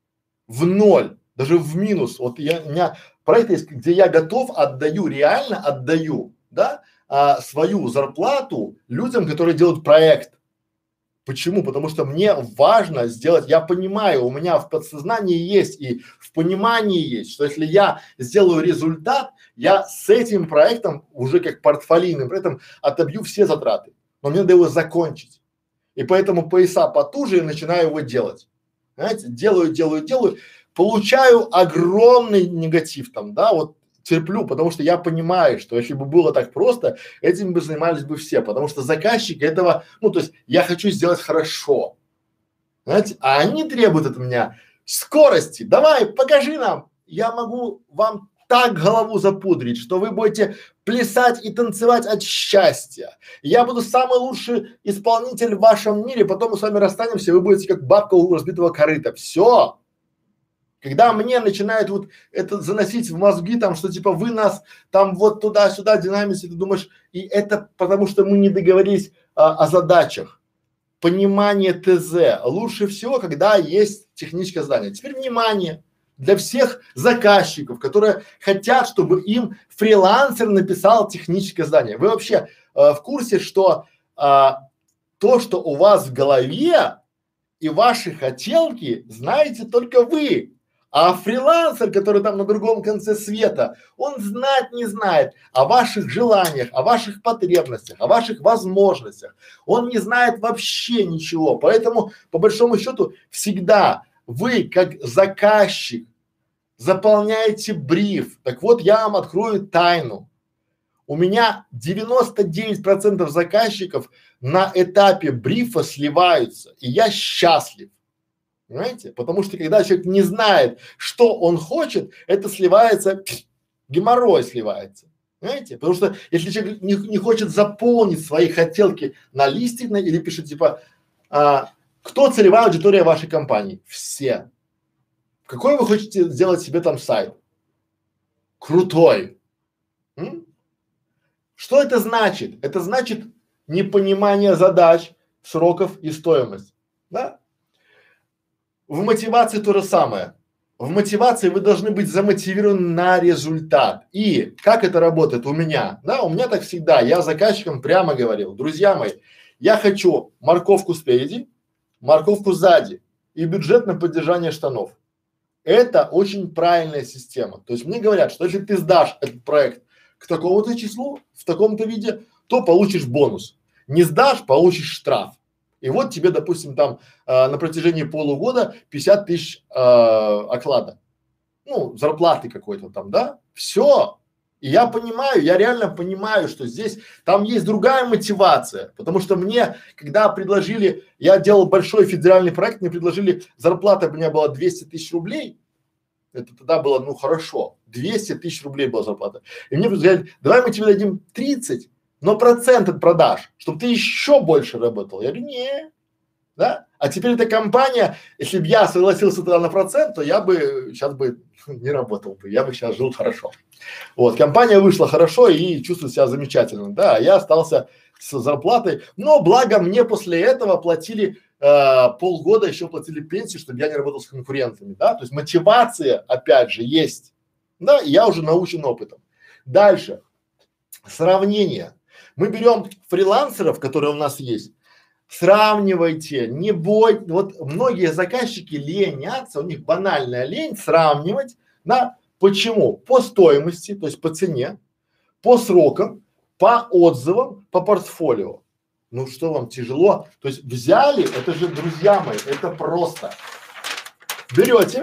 [SPEAKER 1] в ноль, даже в минус. Вот я, у меня проект есть, где я готов, отдаю, реально отдаю, да, а, свою зарплату людям, которые делают проект. Почему? Потому что мне важно сделать, я понимаю, у меня в подсознании есть и в понимании есть, что если я сделаю результат, я с этим проектом, уже как портфолийным проектом, отобью все затраты. Но мне надо его закончить. И поэтому пояса потуже и начинаю его делать. Знаете, делаю, делаю, делаю, получаю огромный негатив там, да, вот терплю, потому что я понимаю, что если бы было так просто, этим бы занимались бы все, потому что заказчик этого, ну, то есть я хочу сделать хорошо, знаете, а они требуют от меня скорости, давай, покажи нам, я могу вам так голову запудрить, что вы будете плясать и танцевать от счастья, я буду самый лучший исполнитель в вашем мире, потом мы с вами расстанемся, вы будете как бабка у разбитого корыта, все. Когда мне начинают вот это заносить в мозги там, что типа вы нас там вот туда-сюда динамите, ты думаешь, и это потому что мы не договорились а, о задачах. Понимание ТЗ лучше всего, когда есть техническое задание. Теперь внимание для всех заказчиков, которые хотят, чтобы им фрилансер написал техническое задание. Вы вообще а, в курсе, что а, то, что у вас в голове и ваши хотелки, знаете только вы. А фрилансер, который там на другом конце света, он знать не знает о ваших желаниях, о ваших потребностях, о ваших возможностях. Он не знает вообще ничего. Поэтому, по большому счету, всегда вы, как заказчик, заполняете бриф. Так вот, я вам открою тайну. У меня девяносто девять процентов заказчиков на этапе брифа сливаются, и я счастлив. Понимаете? Потому что когда человек не знает, что он хочет, это сливается, геморрой сливается. Понимаете? Потому что если человек не, не хочет заполнить свои хотелки на листик на, или пишет типа, а, кто целевая аудитория вашей компании? Все. Какой вы хотите сделать себе там сайт? Крутой. М? Что это значит? Это значит непонимание задач, сроков и стоимость. Да? В мотивации то же самое. В мотивации вы должны быть замотивированы на результат. И как это работает у меня? Да, у меня так всегда. Я заказчикам прямо говорил, друзья мои, я хочу морковку спереди, морковку сзади и бюджет на поддержание штанов. Это очень правильная система. То есть мне говорят, что если ты сдашь этот проект к такому-то числу, в таком-то виде, то получишь бонус. Не сдашь, получишь штраф. И вот тебе, допустим, там э, на протяжении полугода пятьдесят тысяч э, оклада. Ну, зарплаты какой-то там, да? Все. И я понимаю, я реально понимаю, что здесь, там есть другая мотивация, потому что мне, когда предложили, я делал большой федеральный проект, мне предложили, зарплата у меня была двести тысяч рублей, это тогда было, ну, хорошо, двести тысяч рублей была зарплата. И мне сказали, давай мы тебе дадим тридцать, но процент от продаж, чтобы ты еще больше работал. Я говорю, не, да? А теперь эта компания, если бы я согласился тогда на процент, то я бы сейчас бы не работал бы, я бы сейчас жил хорошо. Вот, компания вышла хорошо и чувствует себя замечательно, да, а я остался с зарплатой, но благо мне после этого платили э, полгода еще платили пенсию, чтобы я не работал с конкурентами, да, то есть мотивация опять же есть, да, и я уже научен опытом. Дальше, сравнение. Мы берем фрилансеров, которые у нас есть, сравнивайте, не бойтесь, вот многие заказчики ленятся, у них банальная лень сравнивать, да, почему? По стоимости, то есть по цене, по срокам, по отзывам, по портфолио. Ну что вам тяжело? То есть взяли, это же, друзья мои, это просто. Берете,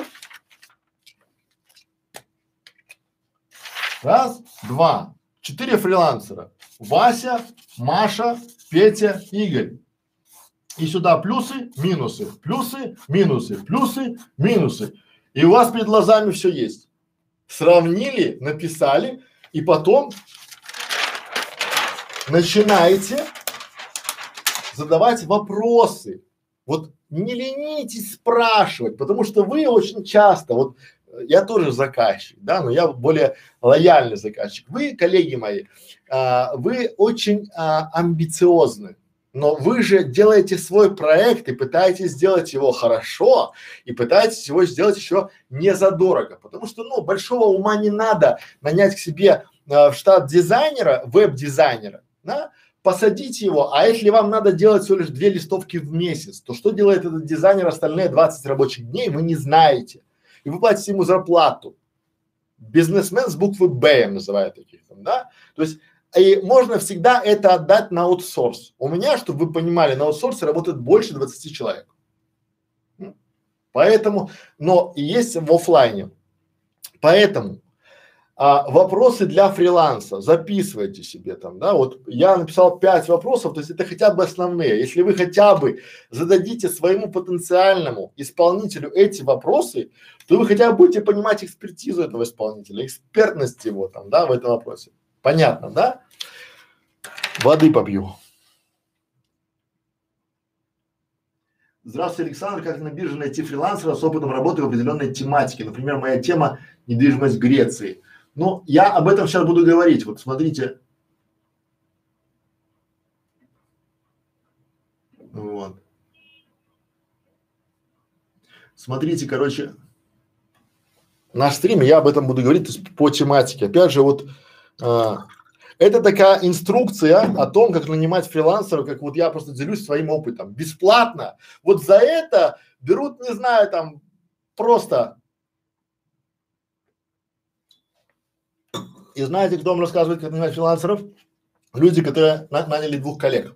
[SPEAKER 1] раз, два, четыре фрилансера, Вася, Маша, Петя, Игорь. И сюда плюсы, минусы, плюсы, минусы, плюсы, минусы. И у вас перед глазами все есть. Сравнили, написали, и потом начинаете задавать вопросы. Вот не ленитесь спрашивать, потому что вы очень часто, вот я тоже заказчик, да, но я более лояльный заказчик. Вы, коллеги мои, а, вы очень а, амбициозны. Но вы же делаете свой проект и пытаетесь сделать его хорошо, и пытаетесь его сделать еще не задорого, потому что, ну, большого ума не надо нанять к себе э, в штат дизайнера, веб-дизайнера, да, посадить его, а если вам надо делать всего лишь две листовки в месяц, то что делает этот дизайнер остальные двадцать рабочих дней, вы не знаете, и вы платите ему зарплату. Бизнесмен с буквы Б называют таких там, да, то есть и можно всегда это отдать на аутсорс. У меня, чтобы вы понимали, на аутсорсе работает больше двадцати человек. Поэтому, но есть в оффлайне. Поэтому а, вопросы для фриланса записывайте себе там, да, вот я написал пять вопросов, то есть это хотя бы основные. Если вы хотя бы зададите своему потенциальному исполнителю эти вопросы, то вы хотя бы будете понимать экспертизу этого исполнителя, экспертность его там, да, в этом вопросе. Понятно, да? Воды попью. Здравствуйте, Александр. Как на бирже найти фрилансера с опытом работы в определенной тематике? Например, моя тема – недвижимость в Греции. Ну, я об этом сейчас буду говорить. Вот смотрите. Вот. Смотрите, короче, наш стрим, я об этом буду говорить, то есть по тематике. Опять же, вот а, это такая инструкция о том, как нанимать фрилансеров, как вот я просто делюсь своим опытом. Бесплатно. Вот за это берут, не знаю, там просто. И знаете, кто вам рассказывает, как нанимать фрилансеров? Люди, которые на наняли двух коллег.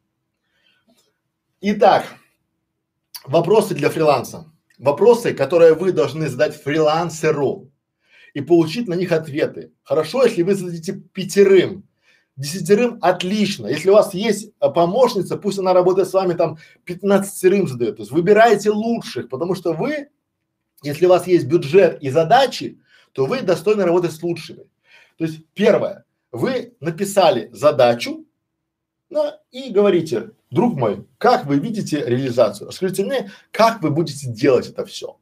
[SPEAKER 1] Итак, вопросы для фриланса. Вопросы, которые вы должны задать фрилансеру и получить на них ответы. Хорошо, если вы зададите пятерым, десятерым отлично. Если у вас есть а, помощница, пусть она работает с вами там пятнадцатерым задает. То есть выбирайте лучших, потому что вы, если у вас есть бюджет и задачи, то вы достойны работать с лучшими. То есть первое, вы написали задачу, ну, и говорите, друг мой, как вы видите реализацию? Расскажите мне, как вы будете делать это все.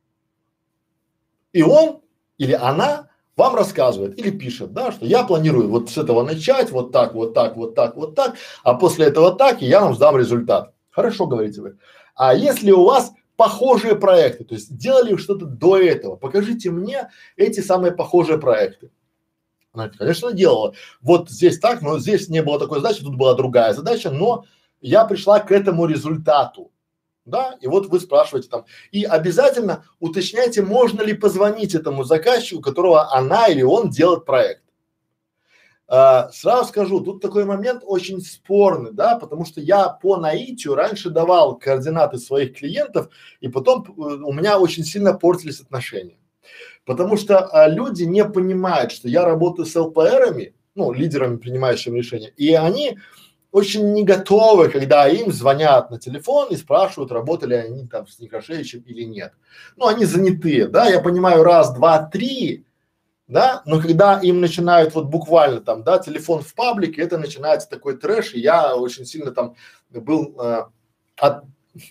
[SPEAKER 1] И он или она вам рассказывает или пишет, да, что я планирую вот с этого начать, вот так, вот так, вот так, вот так, а после этого так, и я вам сдам результат. Хорошо, говорите вы. А если у вас похожие проекты, то есть делали что-то до этого, покажите мне эти самые похожие проекты. Она, конечно, делала. Вот здесь так, но здесь не было такой задачи, тут была другая задача, но я пришла к этому результату. Да, и вот вы спрашиваете там. И обязательно уточняйте, можно ли позвонить этому заказчику, у которого она или он делает проект. А, сразу скажу, тут такой момент очень спорный, да, потому что я по наитию раньше давал координаты своих клиентов, и потом э, у меня очень сильно портились отношения. Потому что а, люди не понимают, что я работаю с эл пэ эрами, ну, лидерами, принимающими решения, и они очень не готовы, когда им звонят на телефон и спрашивают, работали они там с Некрашевичем или нет. Ну, они занятые, да, я понимаю, раз, два, три, да, но когда им начинают вот буквально там, да, телефон в паблике, это начинается такой трэш, и я очень сильно там был э, от,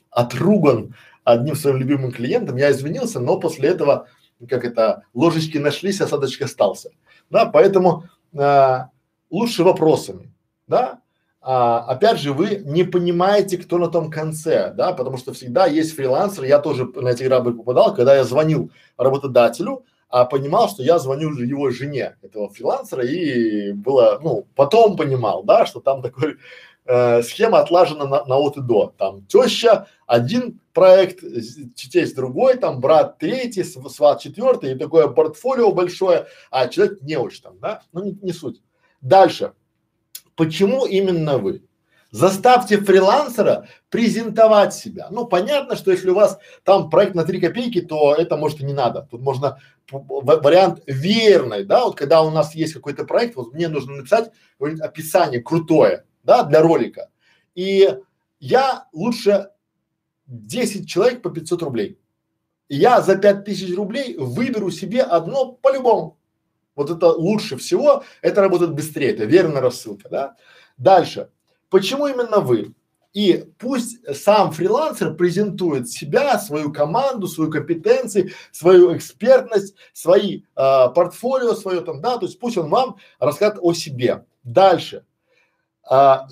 [SPEAKER 1] отруган одним своим любимым клиентом, я извинился, но после этого, как это, ложечки нашлись, осадочек остался, да, поэтому э, лучше вопросами, да. А, опять же, вы не понимаете, кто на том конце, да, потому что всегда есть фрилансеры, я тоже на эти грабли попадал, когда я звонил работодателю, а понимал, что я звоню же его жене, этого фрилансера, и было, ну, потом понимал, да, что там такой э, схема отлажена на, на от и до, там теща один проект, тесть другой, там брат третий, сват четвертый, и такое портфолио большое, а человек не очень там, да, ну не, не суть. Дальше. Почему именно вы? Заставьте фрилансера презентовать себя. Ну, понятно, что если у вас там проект на три копейки, то это может и не надо. Тут можно вариант верный, да, вот когда у нас есть какой-то проект, вот мне нужно написать какое-нибудь описание крутое, да, для ролика. И я лучше десять человек по пятьсот рублей. И я за пять тысяч рублей выберу себе одно по-любому. Вот это лучше всего, это работает быстрее, это верная рассылка, да. Дальше. Почему именно вы? И пусть сам фрилансер презентует себя, свою команду, свою компетенции, свою экспертность, свои а, портфолио свое там, да, то есть пусть он вам расскажет о себе. Дальше. А,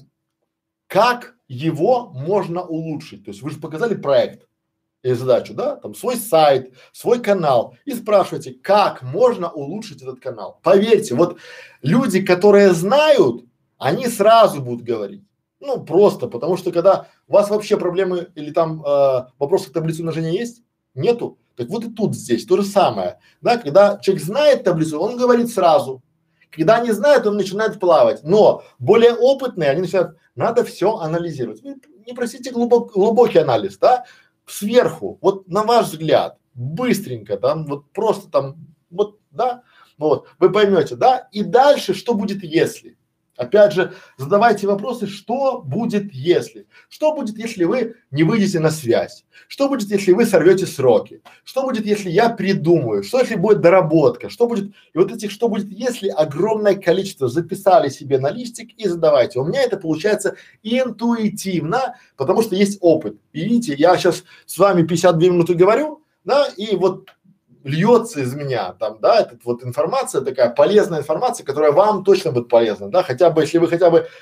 [SPEAKER 1] как его можно улучшить? То есть вы же показали проект и задачу, да, там свой сайт, свой канал и спрашиваете, как можно улучшить этот канал. Поверьте, вот люди, которые знают, они сразу будут говорить. Ну, просто, потому что когда у вас вообще проблемы или там э, вопросы к таблице умножения есть, нету, так вот и тут здесь то же самое, да, когда человек знает таблицу, он говорит сразу, когда не знает, он начинает плавать, но более опытные, они начинают, надо все анализировать. Вы не просите глубок, глубокий анализ, да, сверху, вот на ваш взгляд, быстренько, там, вот просто там, вот, да, вот, вы поймете, да, и дальше, что будет если? Опять же, задавайте вопросы, что будет если? Что будет, если вы не выйдете на связь? Что будет, если вы сорвете сроки? Что будет, если я придумаю? Что если будет доработка? Что будет? И вот этих что будет, если огромное количество записали себе на листик и задавайте. У меня это получается интуитивно, потому что есть опыт. И видите, я сейчас с вами пятьдесят две минуты говорю, да, и вот льется из меня там, да, эта вот информация такая, полезная информация, которая вам точно будет полезна, да, хотя бы, если вы хотя бы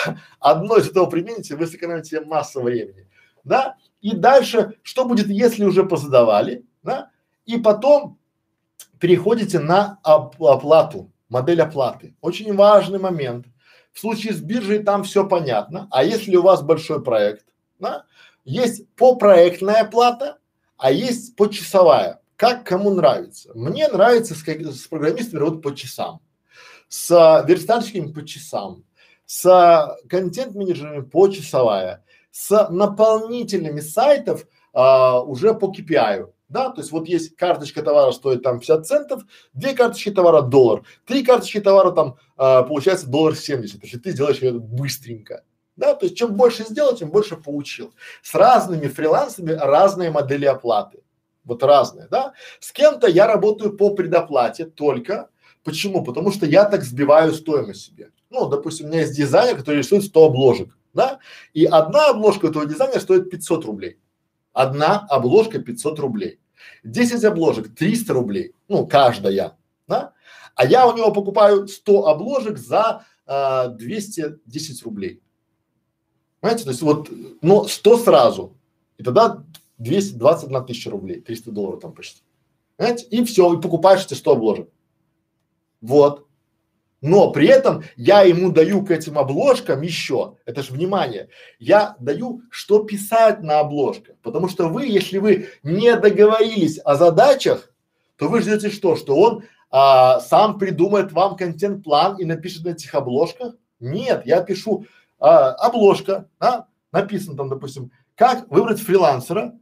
[SPEAKER 1] одно из этого примените, вы сэкономите массу времени, да, и дальше, что будет, если уже позадавали, да, и потом переходите на оп- оплату, модель оплаты, очень важный момент. В случае с биржей там все понятно, а если у вас большой проект, да, есть попроектная оплата, а есть почасовая. Как кому нравится. Мне нравится с, с программистами работать по часам, с а, верстальщиками по часам, с а, контент-менеджерами по часовая, с наполнителями сайтов а, уже по кей пи ай. Да, то есть вот есть карточка товара стоит там пятьдесят центов, две карточки товара доллар, три карточки товара там а, получается доллар семьдесят, если ты сделаешь ее быстренько. Да, то есть чем больше сделал, тем больше получил. С разными фрилансами разные модели оплаты. Вот разные, да. С кем-то я работаю по предоплате только. Почему? Потому что я так сбиваю стоимость себе. Ну, допустим, у меня есть дизайнер, который рисует сто обложек, да, и одна обложка этого дизайнера стоит пятьсот рублей. Одна обложка пятьсот рублей. десять обложек триста рублей, ну, каждая, да. А я у него покупаю сто обложек за а, двести десять рублей. Понимаете, то есть вот, но сто сразу. И тогда двести двадцать одна тысяча рублей, триста долларов там почти. Понимаете? И все, и покупаешь эти сто обложек. Вот. Но при этом я ему даю к этим обложкам еще, это же внимание, я даю, что писать на обложках. Потому что вы, если вы не договорились о задачах, то вы ждете что? Что он а, сам придумает вам контент-план и напишет на этих обложках? Нет, я пишу а, обложка, да, написано там, допустим, как выбрать фрилансера,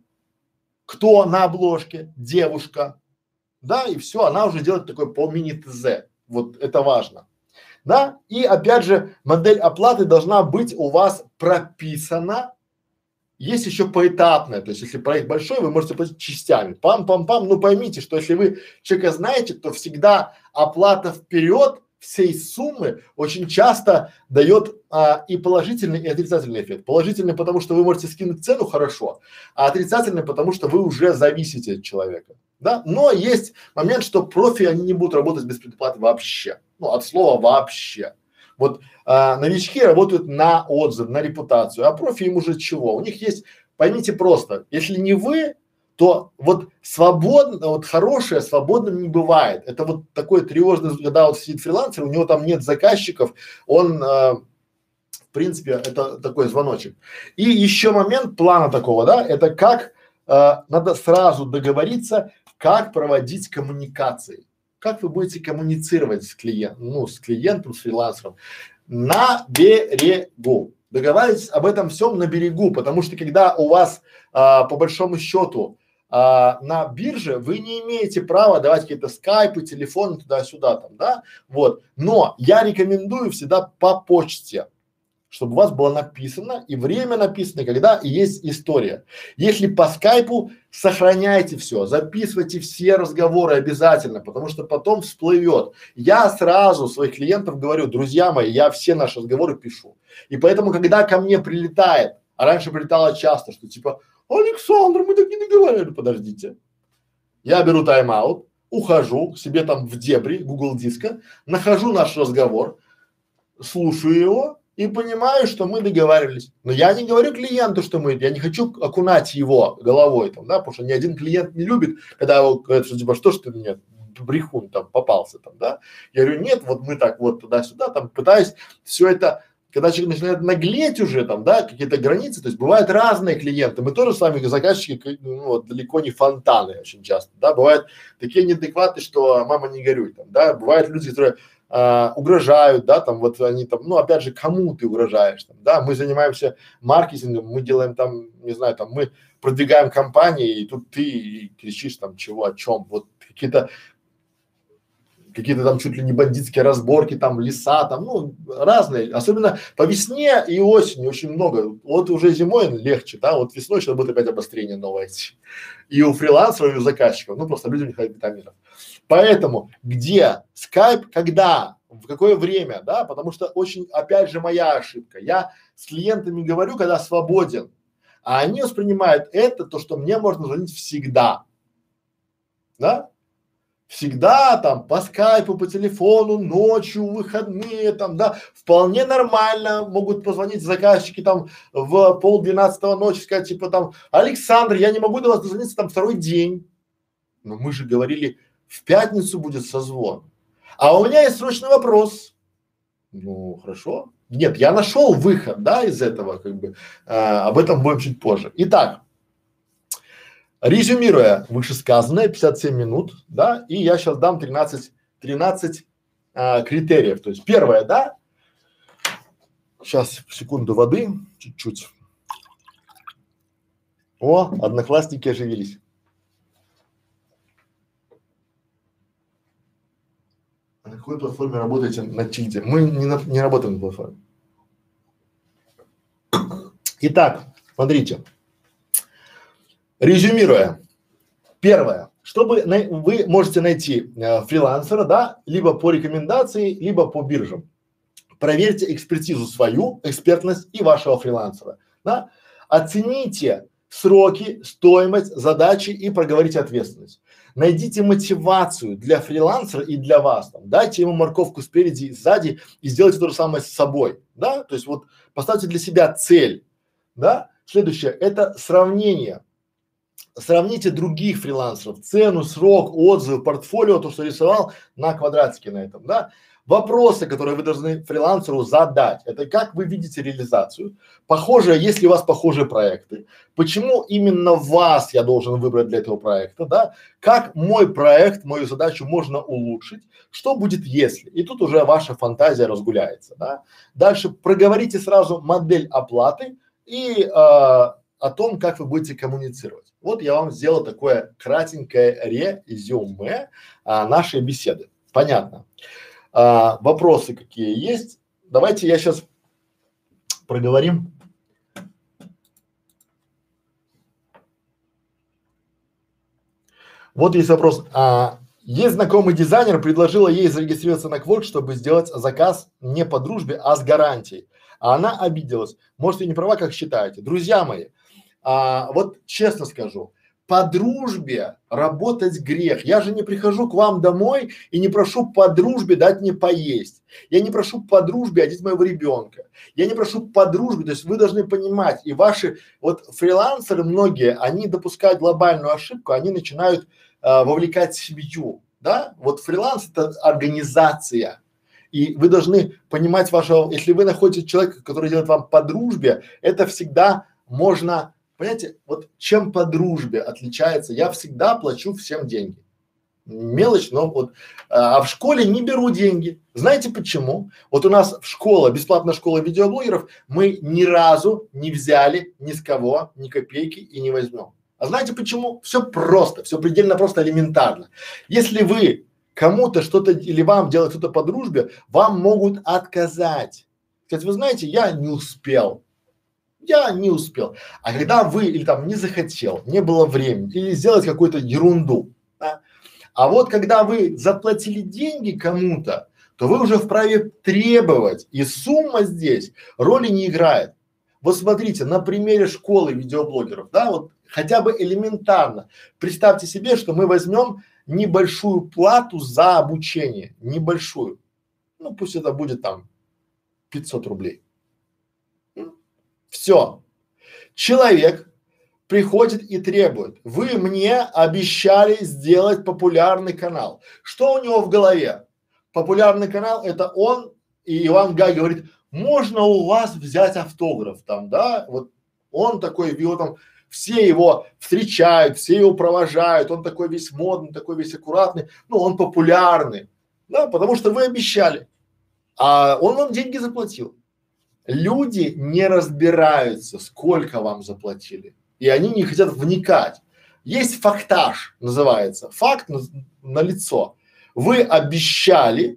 [SPEAKER 1] кто на обложке, девушка, да, и все, она уже делает такой по мини-ТЗ, вот это важно, да, и опять же модель оплаты должна быть у вас прописана. Есть еще поэтапная, то есть если проект большой, вы можете платить частями, пам-пам-пам, ну поймите, что если вы человека знаете, то всегда оплата вперед всей суммы очень часто дает а, и положительный, и отрицательный эффект. Положительный, потому что вы можете скинуть цену хорошо, а отрицательный, потому что вы уже зависите от человека, да. Но есть момент, что профи, они не будут работать без предоплаты вообще, ну от слова вообще. Вот а, новички работают на отзыв, на репутацию, а профи им уже чего? У них есть, поймите просто, если не вы, то вот свободно, вот хорошее свободным не бывает. Это вот такой тревожный, когда вот сидит фрилансер, у него там нет заказчиков, он, а, в принципе, это такой звоночек. И еще момент плана такого, да, это как а, надо сразу договориться, как проводить коммуникации. Как вы будете коммуницировать с клиентом, ну, с клиентом, с фрилансером на берегу. Договаривайтесь об этом всем на берегу, потому что когда у вас а, по большому счету а, на бирже, вы не имеете права давать какие-то скайпы, телефоны туда-сюда там, да, вот. Но я рекомендую всегда по почте, чтобы у вас было написано и время написано, когда и есть история. Если по скайпу, сохраняйте все, записывайте все разговоры обязательно, потому что потом всплывет. Я сразу своих клиентов говорю, друзья мои, я все наши разговоры пишу. И поэтому, когда ко мне прилетает, а раньше прилетало часто, что типа, Александр, мы так не договаривались, подождите. Я беру тайм-аут, ухожу к себе там в дебри Google диска, нахожу наш разговор, слушаю его и понимаю, что мы договаривались. Но я не говорю клиенту, что мы, я не хочу окунать его головой там, да, потому что ни один клиент не любит, когда его говорят, что типа, что ж ты мне брехун там попался там, да. Я говорю, нет, вот мы так вот туда-сюда там пытаюсь все это, когда человек начинает наглеть уже там, да, какие-то границы, то есть бывают разные клиенты, мы тоже с вами заказчики, ну, вот, далеко не фонтаны очень часто, да, бывают такие неадекваты, что мама не горюй там, да, бывают люди, которые а, угрожают, да, там вот они там, ну опять же, кому ты угрожаешь там, да, мы занимаемся маркетингом, мы делаем там, не знаю, там мы продвигаем компании, и тут ты кричишь там чего, о чем, вот какие-то какие-то там чуть ли не бандитские разборки, там леса, там, ну, разные, особенно по весне и осени очень много, вот уже зимой легче, да, вот весной сейчас будет опять обострение новое и у фрилансеров, и у заказчиков, ну, просто людям не хватает витаминов. Поэтому где скайп, когда, в какое время, да, потому что очень, опять же, моя ошибка, я с клиентами говорю, когда свободен, а они воспринимают это, то, что мне можно звонить всегда, да. Всегда там по скайпу, по телефону, ночью, выходные там, да, вполне нормально могут позвонить заказчики там в полдвенадцатого ночи, сказать типа там, Александр, я не могу до вас дозвониться там второй день. Но мы же говорили, в пятницу будет созвон. А у меня есть срочный вопрос. Ну, хорошо. Нет, я нашел выход, да, из этого, как бы, а, об этом будем чуть позже. Итак. Резюмируя вышесказанное, пятьдесят семь минут, да, и я сейчас дам тринадцать, тринадцать а, критериев. То есть первое, да, сейчас секунду воды, чуть-чуть. О, одноклассники оживились. На какой платформе работаете на Тильде? Мы не, на, не работаем на платформе. Итак, смотрите. Резюмируя, первое, чтобы на, вы можете найти э, фрилансера, да, либо по рекомендации, либо по биржам. Проверьте экспертизу свою, экспертность и вашего фрилансера, да. Оцените сроки, стоимость, задачи и проговорите ответственность. Найдите мотивацию для фрилансера и для вас, там, дайте ему морковку спереди и сзади и сделайте то же самое с собой, да. То есть вот поставьте для себя цель, да. Следующее – это сравнение. Сравните других фрилансеров, цену, срок, отзывы, портфолио, то, что рисовал на квадратике на этом, да. Вопросы, которые вы должны фрилансеру задать, это как вы видите реализацию, похожие, если у вас похожие проекты, почему именно вас я должен выбрать для этого проекта, да, как мой проект, мою задачу можно улучшить, что будет если, и тут уже ваша фантазия разгуляется, да. Дальше проговорите сразу модель оплаты и а, о том, как вы будете коммуницировать. Вот я вам сделал такое кратенькое резюме а, нашей беседы. Понятно. А, вопросы какие есть? Давайте я сейчас проговорим. Вот есть вопрос. А, есть знакомый дизайнер, предложила ей зарегистрироваться на Quark, чтобы сделать заказ не по дружбе, а с гарантией. А она обиделась. Может, я не права, как считаете? Друзья мои, а, вот честно скажу, по дружбе работать грех. Я же не прихожу к вам домой и не прошу по дружбе дать мне поесть. Я не прошу по дружбе одеть моего ребенка. Я не прошу по дружбе, то есть вы должны понимать, и ваши вот фрилансеры многие, они допускают глобальную ошибку, они начинают а, вовлекать семью, да? Вот фриланс это организация. И вы должны понимать вашего, если вы находите человека, который делает вам по дружбе, это всегда можно. Понимаете, вот чем по дружбе отличается, я всегда плачу всем деньги. Мелочь, но вот, а, а в школе не беру деньги. Знаете почему? Вот у нас в школа, бесплатная школа видеоблогеров, мы ни разу не взяли ни с кого ни копейки и не возьмем. А знаете почему? Все просто, все предельно просто, элементарно. Если вы кому-то что-то или вам делать что-то по дружбе, вам могут отказать. Сказать, вы знаете, я не успел. Я не успел. А когда вы или там не захотел, не было времени, или сделать какую-то ерунду, да? А вот когда вы заплатили деньги кому-то, то вы уже вправе требовать, и сумма здесь роли не играет. Вот смотрите, на примере школы видеоблогеров, да, вот хотя бы элементарно, представьте себе, что мы возьмем небольшую плату за обучение, небольшую, ну пусть это будет там пятьсот рублей. Все. Человек приходит и требует. Вы мне обещали сделать популярный канал. Что у него в голове? Популярный канал это он и Иван Гай говорит, можно у вас взять автограф там, да? Вот он такой, его там все его встречают, все его провожают, он такой весь модный, такой весь аккуратный, ну он популярный, да, потому что вы обещали, а он вам деньги заплатил. Люди не разбираются, сколько вам заплатили, и они не хотят вникать. Есть фактаж, называется, факт на, на лицо. Вы обещали,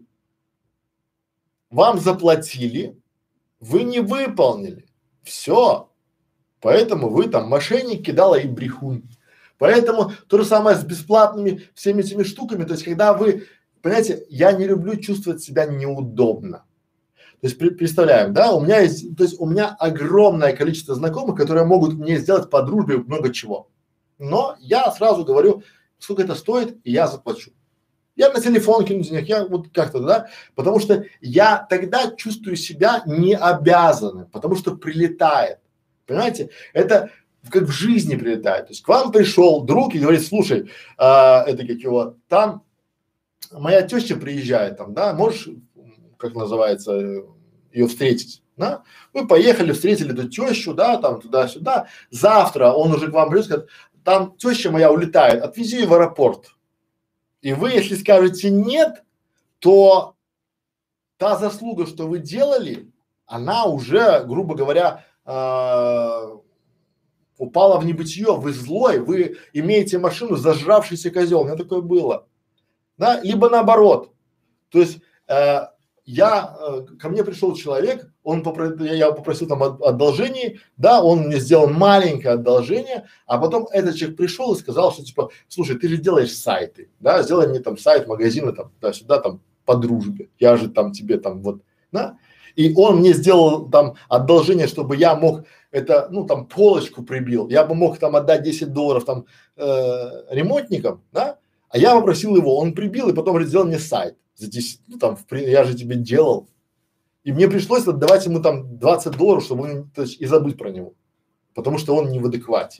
[SPEAKER 1] вам заплатили, вы не выполнили, все. Поэтому вы там мошенник, кидала и брехун. Поэтому то же самое с бесплатными всеми этими штуками. То есть, когда вы, понимаете, я не люблю чувствовать себя неудобно. То есть, при, представляем, да, у меня есть, то есть у меня огромное количество знакомых, которые могут мне сделать по дружбе много чего. Но я сразу говорю, сколько это стоит, и я заплачу. Я на телефон кину денег, я вот как-то, да, потому что я тогда чувствую себя не обязанным, потому что прилетает. Понимаете? Это как в жизни прилетает. То есть к вам пришел друг и говорит, слушай, а, это как его, там моя теща приезжает, там, да, можешь, как называется, ее встретить, да? Вы поехали, встретили эту тещу, да, там туда-сюда. Завтра он уже к вам придет, скажет, там теща моя улетает, отвези ее в аэропорт. И вы, если скажете нет, то та заслуга, что вы делали, она уже, грубо говоря, э, упала в небытие, вы злой, вы имеете машину, зажравшийся козел. У меня такое было. Да? Либо наоборот. То есть э, я, э, ко мне пришел человек, он попро... я, я попросил там од- одолжение, да, он мне сделал маленькое одолжение, а потом этот человек пришел и сказал, что типа, слушай, ты же делаешь сайты, да, сделай мне там сайт, магазины там, туда-сюда там по дружбе, я же там тебе там вот, да, и он мне сделал там одолжение, чтобы я мог это, ну там полочку прибил, я бы мог там отдать десять долларов там э, ремонтникам, да, а я попросил его, он прибил и потом говорит, сделай мне сайт за десять, ну там, в, я же тебе делал. И мне пришлось отдавать ему там двадцать долларов, чтобы он, то есть, и забыть про него, потому что он не в адеквате.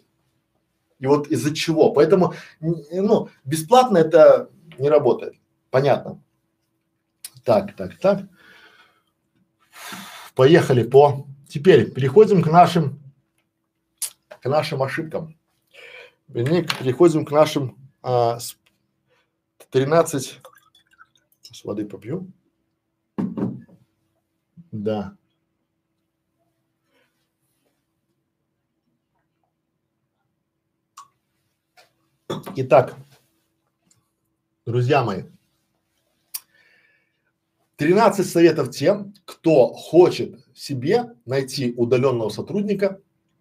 [SPEAKER 1] И вот из-за чего? Поэтому, ну, бесплатно это не работает. Понятно. Так, так, так. Поехали по… Теперь переходим к нашим, к нашим ошибкам. Вернее, переходим к нашим а, с тринадцать… С воды попью. Да. Итак, друзья мои, тринадцать советов тем, кто хочет себе найти удаленного сотрудника.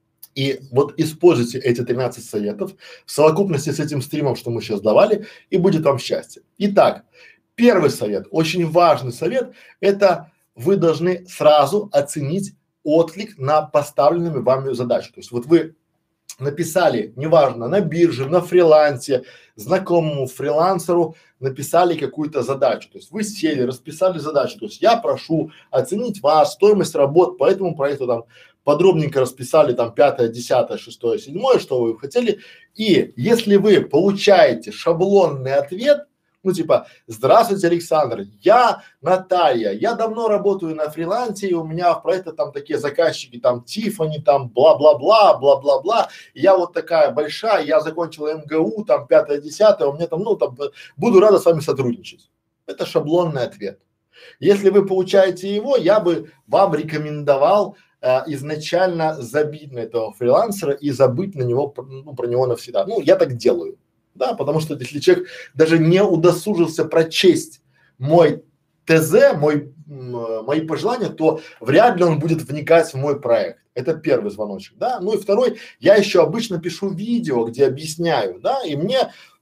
[SPEAKER 1] И вот используйте эти тринадцать советов в совокупности с этим стримом, что мы сейчас давали, и будет вам счастье. Итак, первый совет, очень важный совет, это вы должны сразу оценить отклик на поставленную вами задачу. То есть вот вы написали, неважно, на бирже, на фрилансе, знакомому фрилансеру написали какую-то задачу. То есть вы сели, расписали задачу. То есть я прошу оценить вас, стоимость работ по этому проекту, там подробненько расписали там пятое, десятое, шестое, седьмое, что вы хотели. И если вы получаете шаблонный ответ, ну типа, здравствуйте, Александр, я Наталья, я давно работаю на фрилансе, и у меня в проекте там такие заказчики, там Тиффани, там бла-бла-бла, бла-бла-бла, и я вот такая большая, я закончила эм гэ у, там пятое, десятое, у меня там, ну там, буду рада с вами сотрудничать. Это шаблонный ответ. Если вы получаете его, я бы вам рекомендовал э, изначально забить на этого фрилансера и забыть на него, ну, про него навсегда. Ну, я так делаю. Да, потому что если человек даже не удосужился прочесть мой ТЗ, мой, м, мои пожелания, то вряд ли он будет вникать в мой проект. Это первый звоночек, да. Ну и второй, я еще обычно пишу видео, где объясняю, да, и мне,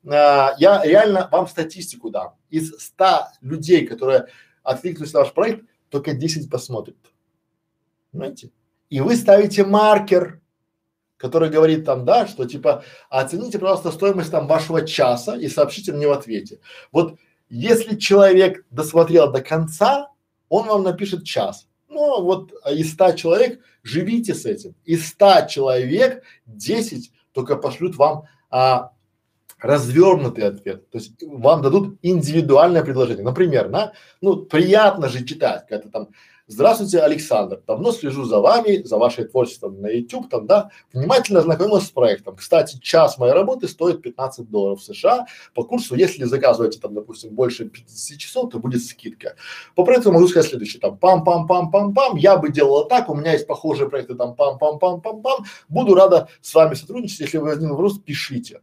[SPEAKER 1] а, я реально вам статистику дам. Из ста людей, которые откликнулись на ваш проект, только десять посмотрят. Понимаете? И вы ставите маркер, который говорит там, да, что типа оцените, пожалуйста, стоимость там вашего часа и сообщите мне в ответе. Вот если человек досмотрел до конца, он вам напишет час. Ну вот из ста человек живите с этим. Из ста человек десять только пошлют вам а, развернутый ответ. То есть вам дадут индивидуальное предложение. Например, да, ну приятно же читать, когда там здравствуйте, Александр, давно слежу за вами, за вашей творчеством на YouTube, там, да, внимательно ознакомился с проектом. Кстати, час моей работы стоит пятнадцать долларов США по курсу, если заказываете там, допустим, больше пятидесяти часов, то будет скидка. По проекту могу сказать следующее, там, пам-пам-пам-пам-пам, я бы делала так, у меня есть похожие проекты, там, пам-пам-пам-пам-пам, буду рада с вами сотрудничать, если вы возник вопрос, пишите.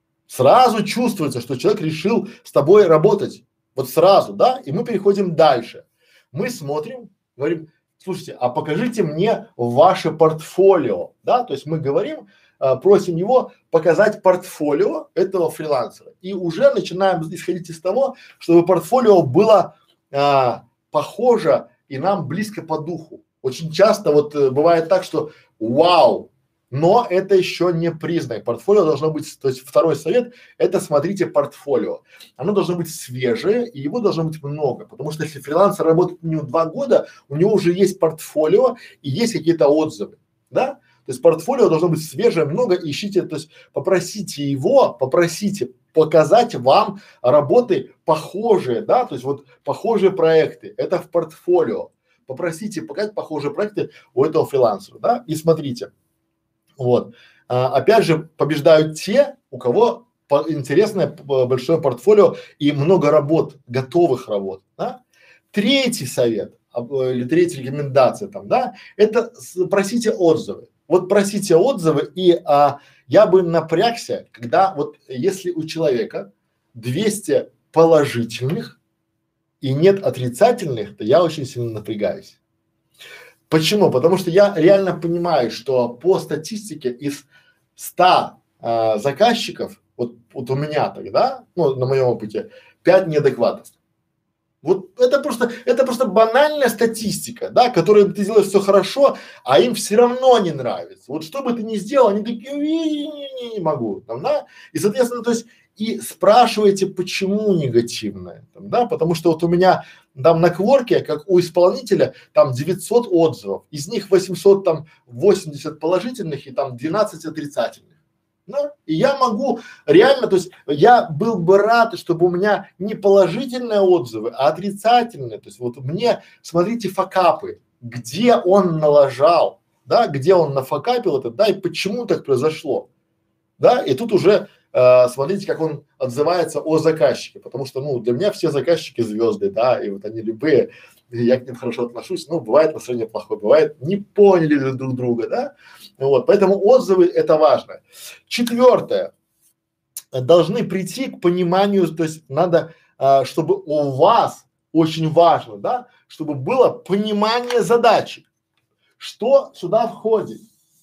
[SPEAKER 1] Сразу чувствуется, что человек решил с тобой работать, вот сразу, да, и мы переходим дальше. Мы смотрим, говорим, слушайте, а покажите мне ваше портфолио, да, то есть мы говорим, а, просим его показать портфолио этого фрилансера и уже начинаем исходить из того, чтобы портфолио было а, похоже и нам близко по духу. Очень часто вот э, бывает так, что вау, но это еще не признак. Портфолио должно быть, то есть второй совет – это смотрите портфолио. Оно должно быть свежее и его должно быть много, потому что если фрилансер работает у него два года, у него уже есть портфолио и есть какие-то отзывы, да? То есть портфолио должно быть свежее, много, ищите, то есть попросите его, попросите показать вам работы похожие, да, то есть вот похожие проекты, это в портфолио. Попросите показать похожие проекты у этого фрилансера, да, и смотрите. Вот. А, опять же, побеждают те, у кого по, интересное по, большое портфолио и много работ, готовых работ, да. Третий совет а, или третья рекомендация там, да, это с, просите отзывы. Вот просите отзывы и а, я бы напрягся, когда вот если у человека двести положительных и нет отрицательных, то я очень сильно напрягаюсь. Почему? Потому что я реально понимаю, что по статистике из ста а, заказчиков, вот, вот у меня тогда, ну, на моем опыте, пять неадекватов. Вот это просто, это просто банальная статистика, да, которой ты делаешь все хорошо, а им все равно не нравится. Вот что бы ты ни сделал, они такие, не, не, не могу, там, да, и соответственно, то есть и спрашиваете, почему негативное, там, да, потому что вот у меня там на Кворке, как у исполнителя, там девятьсот отзывов, из них восемьсот там восемьдесят положительных и там двенадцать отрицательных. Да? И я могу реально, то есть я был бы рад, чтобы у меня не положительные отзывы, а отрицательные. То есть вот мне, смотрите, факапы, где он налажал, да, где он нафакапил это, да, и почему так произошло, да, и тут уже э, смотрите, как он отзывается о заказчике, потому что, ну, для меня все заказчики звезды, да, и вот они любые, и я к ним хорошо отношусь, ну, бывает настроение плохое, бывает не поняли друг друга, да, вот, поэтому отзывы это важно. Четвертое, должны прийти к пониманию, то есть надо, а, чтобы у вас очень важно, да, чтобы было понимание задачи, что сюда входит.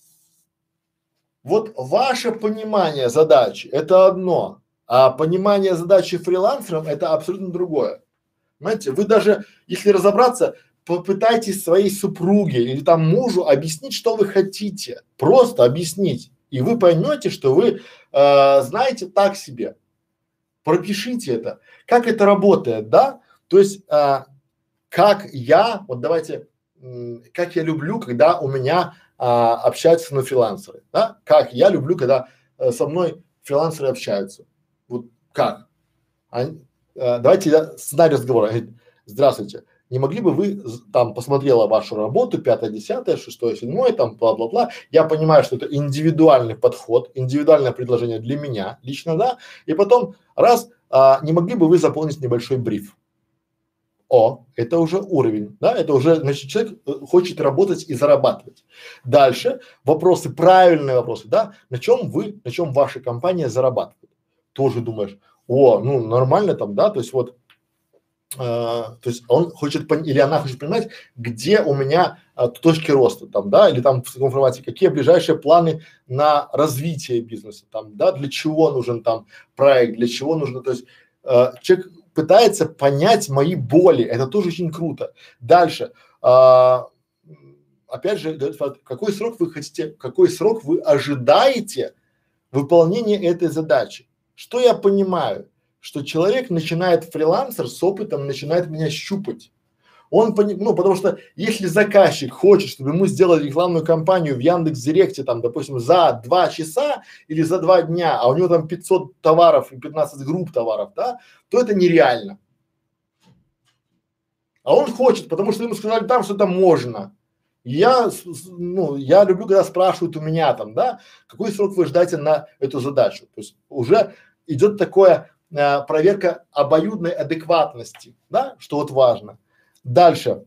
[SPEAKER 1] Вот ваше понимание задачи – это одно, а понимание задачи фрилансером – это абсолютно другое. Понимаете, вы даже, если разобраться, попытайтесь своей супруге или там мужу объяснить, что вы хотите, просто объяснить, и вы поймете, что вы э, знаете так себе. Пропишите это, как это работает, да? То есть, э, как я, вот давайте, м, как я люблю, когда у меня а, общаются на фрилансеры, да? Как я люблю, когда э, со мной фрилансеры общаются. Вот как? Они, э, давайте я сценарий разговора. Говорит, здравствуйте, не могли бы вы з- там посмотрела вашу работу, пятое, десятое, шестое, седьмое, там бла-бла-бла. Я понимаю, что это индивидуальный подход, индивидуальное предложение для меня лично, да. И потом раз, а, не могли бы вы заполнить небольшой бриф? О, это уже уровень, да, это уже, значит, человек э, хочет работать и зарабатывать. Дальше вопросы, правильные вопросы, да, на чем вы, на чем ваша компания зарабатывает. Тоже думаешь, о, ну нормально там, да, то есть вот, э, то есть он хочет пон- или она хочет понимать, где у меня а, точки роста там, да, или там в таком формате, какие ближайшие планы на развитие бизнеса там, да, для чего нужен там проект, для чего нужно, то есть э, человек пытается понять мои боли, это тоже очень круто. Дальше, а, м, опять же, говорит, вот какой срок вы хотите, какой срок вы ожидаете выполнения этой задачи? Что я понимаю? Что человек начинает фрилансер с опытом, начинает меня щупать. Он пони, ну, потому что если заказчик хочет, чтобы ему сделали рекламную кампанию в Яндекс.Директе, там, допустим, за два часа или за два дня, а у него там пятьсот товаров и пятнадцать групп товаров, да, то это нереально. А он хочет, потому что ему сказали там, что это можно. И Я, с- с- ну, я люблю, когда спрашивают у меня там, да, какой срок вы ждаете на эту задачу. То есть уже идет такое а, проверка обоюдной адекватности, да, что вот важно. Дальше.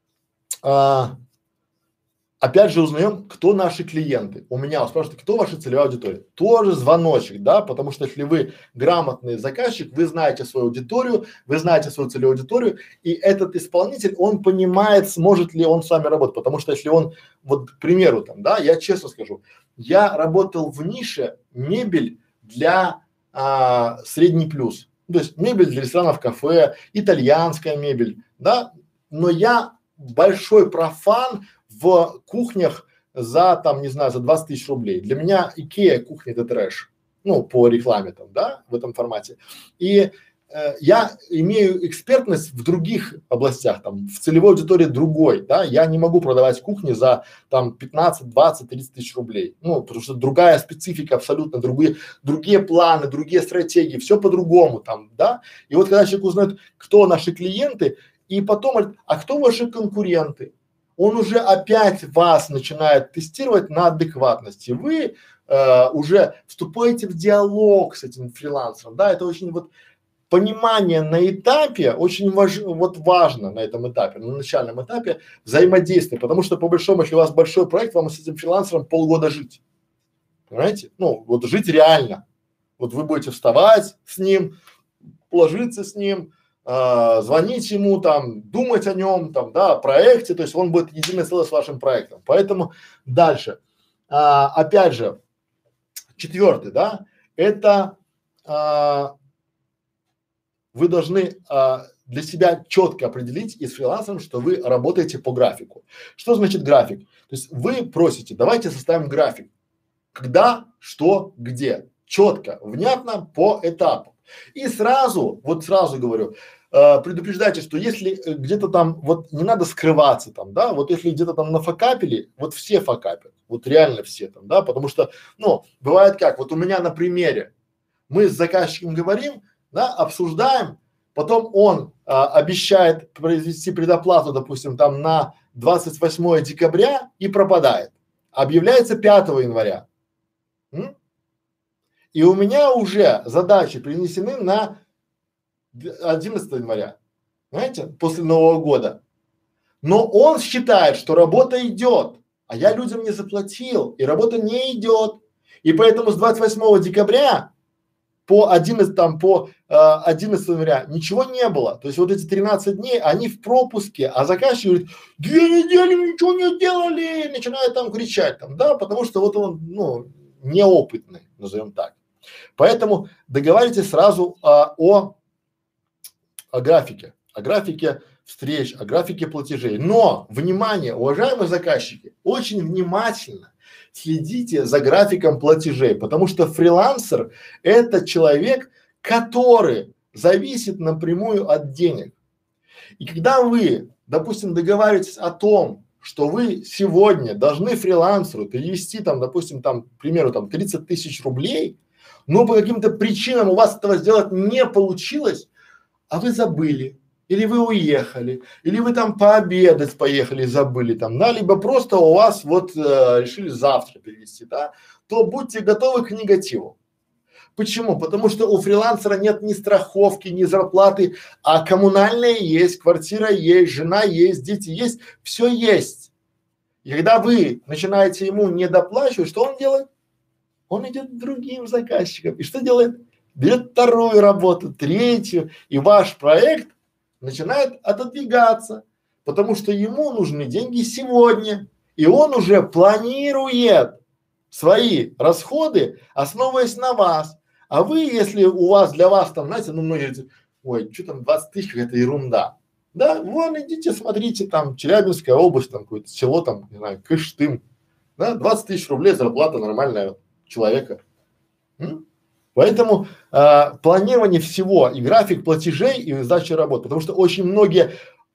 [SPEAKER 1] А, опять же узнаем, кто наши клиенты. У меня вот спрашивают, кто ваша целевая аудитория. Тоже звоночек, да, потому что если вы грамотный заказчик, вы знаете свою аудиторию, вы знаете свою целевую аудиторию, и этот исполнитель, он понимает, сможет ли он с вами работать. Потому что если он, вот, к примеру, там, да, я честно скажу, я работал в нише мебель для а, средний плюс. То есть мебель для ресторанов, кафе, итальянская мебель, да, но я большой профан в кухнях за там, не знаю, за двадцать тысяч рублей. Для меня Икея кухня это трэш. Ну, по рекламе там, да, в этом формате. И э, я имею экспертность в других областях, там, в целевой аудитории другой, да, я не могу продавать кухни за там пятнадцать, двадцать, тридцать тысяч рублей. Ну, потому что другая специфика, абсолютно другие, другие планы, другие стратегии, все по-другому там, да. И вот когда человек узнает, кто наши клиенты, и потом говорит, а кто ваши конкуренты? Он уже опять вас начинает тестировать на адекватности. Вы э, уже вступаете в диалог с этим фрилансером, да, это очень вот понимание на этапе очень важ, вот важно на этом этапе, на начальном этапе взаимодействия, потому что по большому, если у вас большой проект, вам с этим фрилансером полгода жить, понимаете? Ну, вот жить реально. Вот вы будете вставать с ним, ложиться с ним, а, звонить ему там, думать о нем там, да, о проекте, то есть он будет единое целое с вашим проектом. Поэтому дальше, а, опять же, четвертый, да, это а, вы должны а, для себя четко определить и с фрилансером, что вы работаете по графику. Что значит график? То есть вы просите, давайте составим график, когда, что, где, четко, внятно, по этапу. И сразу, вот сразу говорю, э, предупреждайте, что если э, где-то там, вот не надо скрываться там, да, вот если где-то там нафакапили, вот все факапят, вот реально все там, да, потому что, ну, бывает как, вот у меня на примере, мы с заказчиком говорим, да, обсуждаем, потом он а, обещает произвести предоплату, допустим, там на двадцать восьмое декабря и пропадает. Объявляется пятого января. М? И у меня уже задачи перенесены на одиннадцатое января, знаете, после Нового года. Но он считает, что работа идет, а я людям не заплатил, и работа не идет. И поэтому с двадцать восьмого декабря по одиннадцатое, там, по э, одиннадцатое января ничего не было. То есть вот эти тринадцать дней, они в пропуске, а заказчик говорит, две недели ничего не сделали, и начинает там кричать там, да, потому что вот он, ну, неопытный, назовем так. Поэтому договаривайтесь сразу а, о, о графике, о графике встреч, о графике платежей. Но, внимание, уважаемые заказчики, очень внимательно следите за графиком платежей, потому что фрилансер – это человек, который зависит напрямую от денег. И когда вы, допустим, договариваетесь о том, что вы сегодня должны фрилансеру перевести там, допустим, там, к примеру, там тридцать тысяч рублей, но по каким-то причинам у вас этого сделать не получилось, а вы забыли, или вы уехали, или вы там пообедать поехали, забыли там, да, либо просто у вас вот э, решили завтра перевести, да, то будьте готовы к негативу. Почему? Потому что у фрилансера нет ни страховки, ни зарплаты, а коммунальная есть, квартира есть, жена есть, дети есть, все есть. И когда вы начинаете ему не доплачивать, что он делает? Он идет к другим заказчикам. И что делает? Берет вторую работу, третью, и ваш проект начинает отодвигаться, потому что ему нужны деньги сегодня, и он уже планирует свои расходы, основываясь на вас. А вы, если у вас, для вас там, знаете, ну многие говорят, ой, что там двадцать тысяч, это ерунда. Да, вон идите, смотрите, там Челябинская область, там какое-то село, там, не знаю, Кыштым, да, двадцать тысяч рублей зарплата нормальная человека. М? Поэтому а, планирование всего и график платежей и сдачи работ, потому что очень многие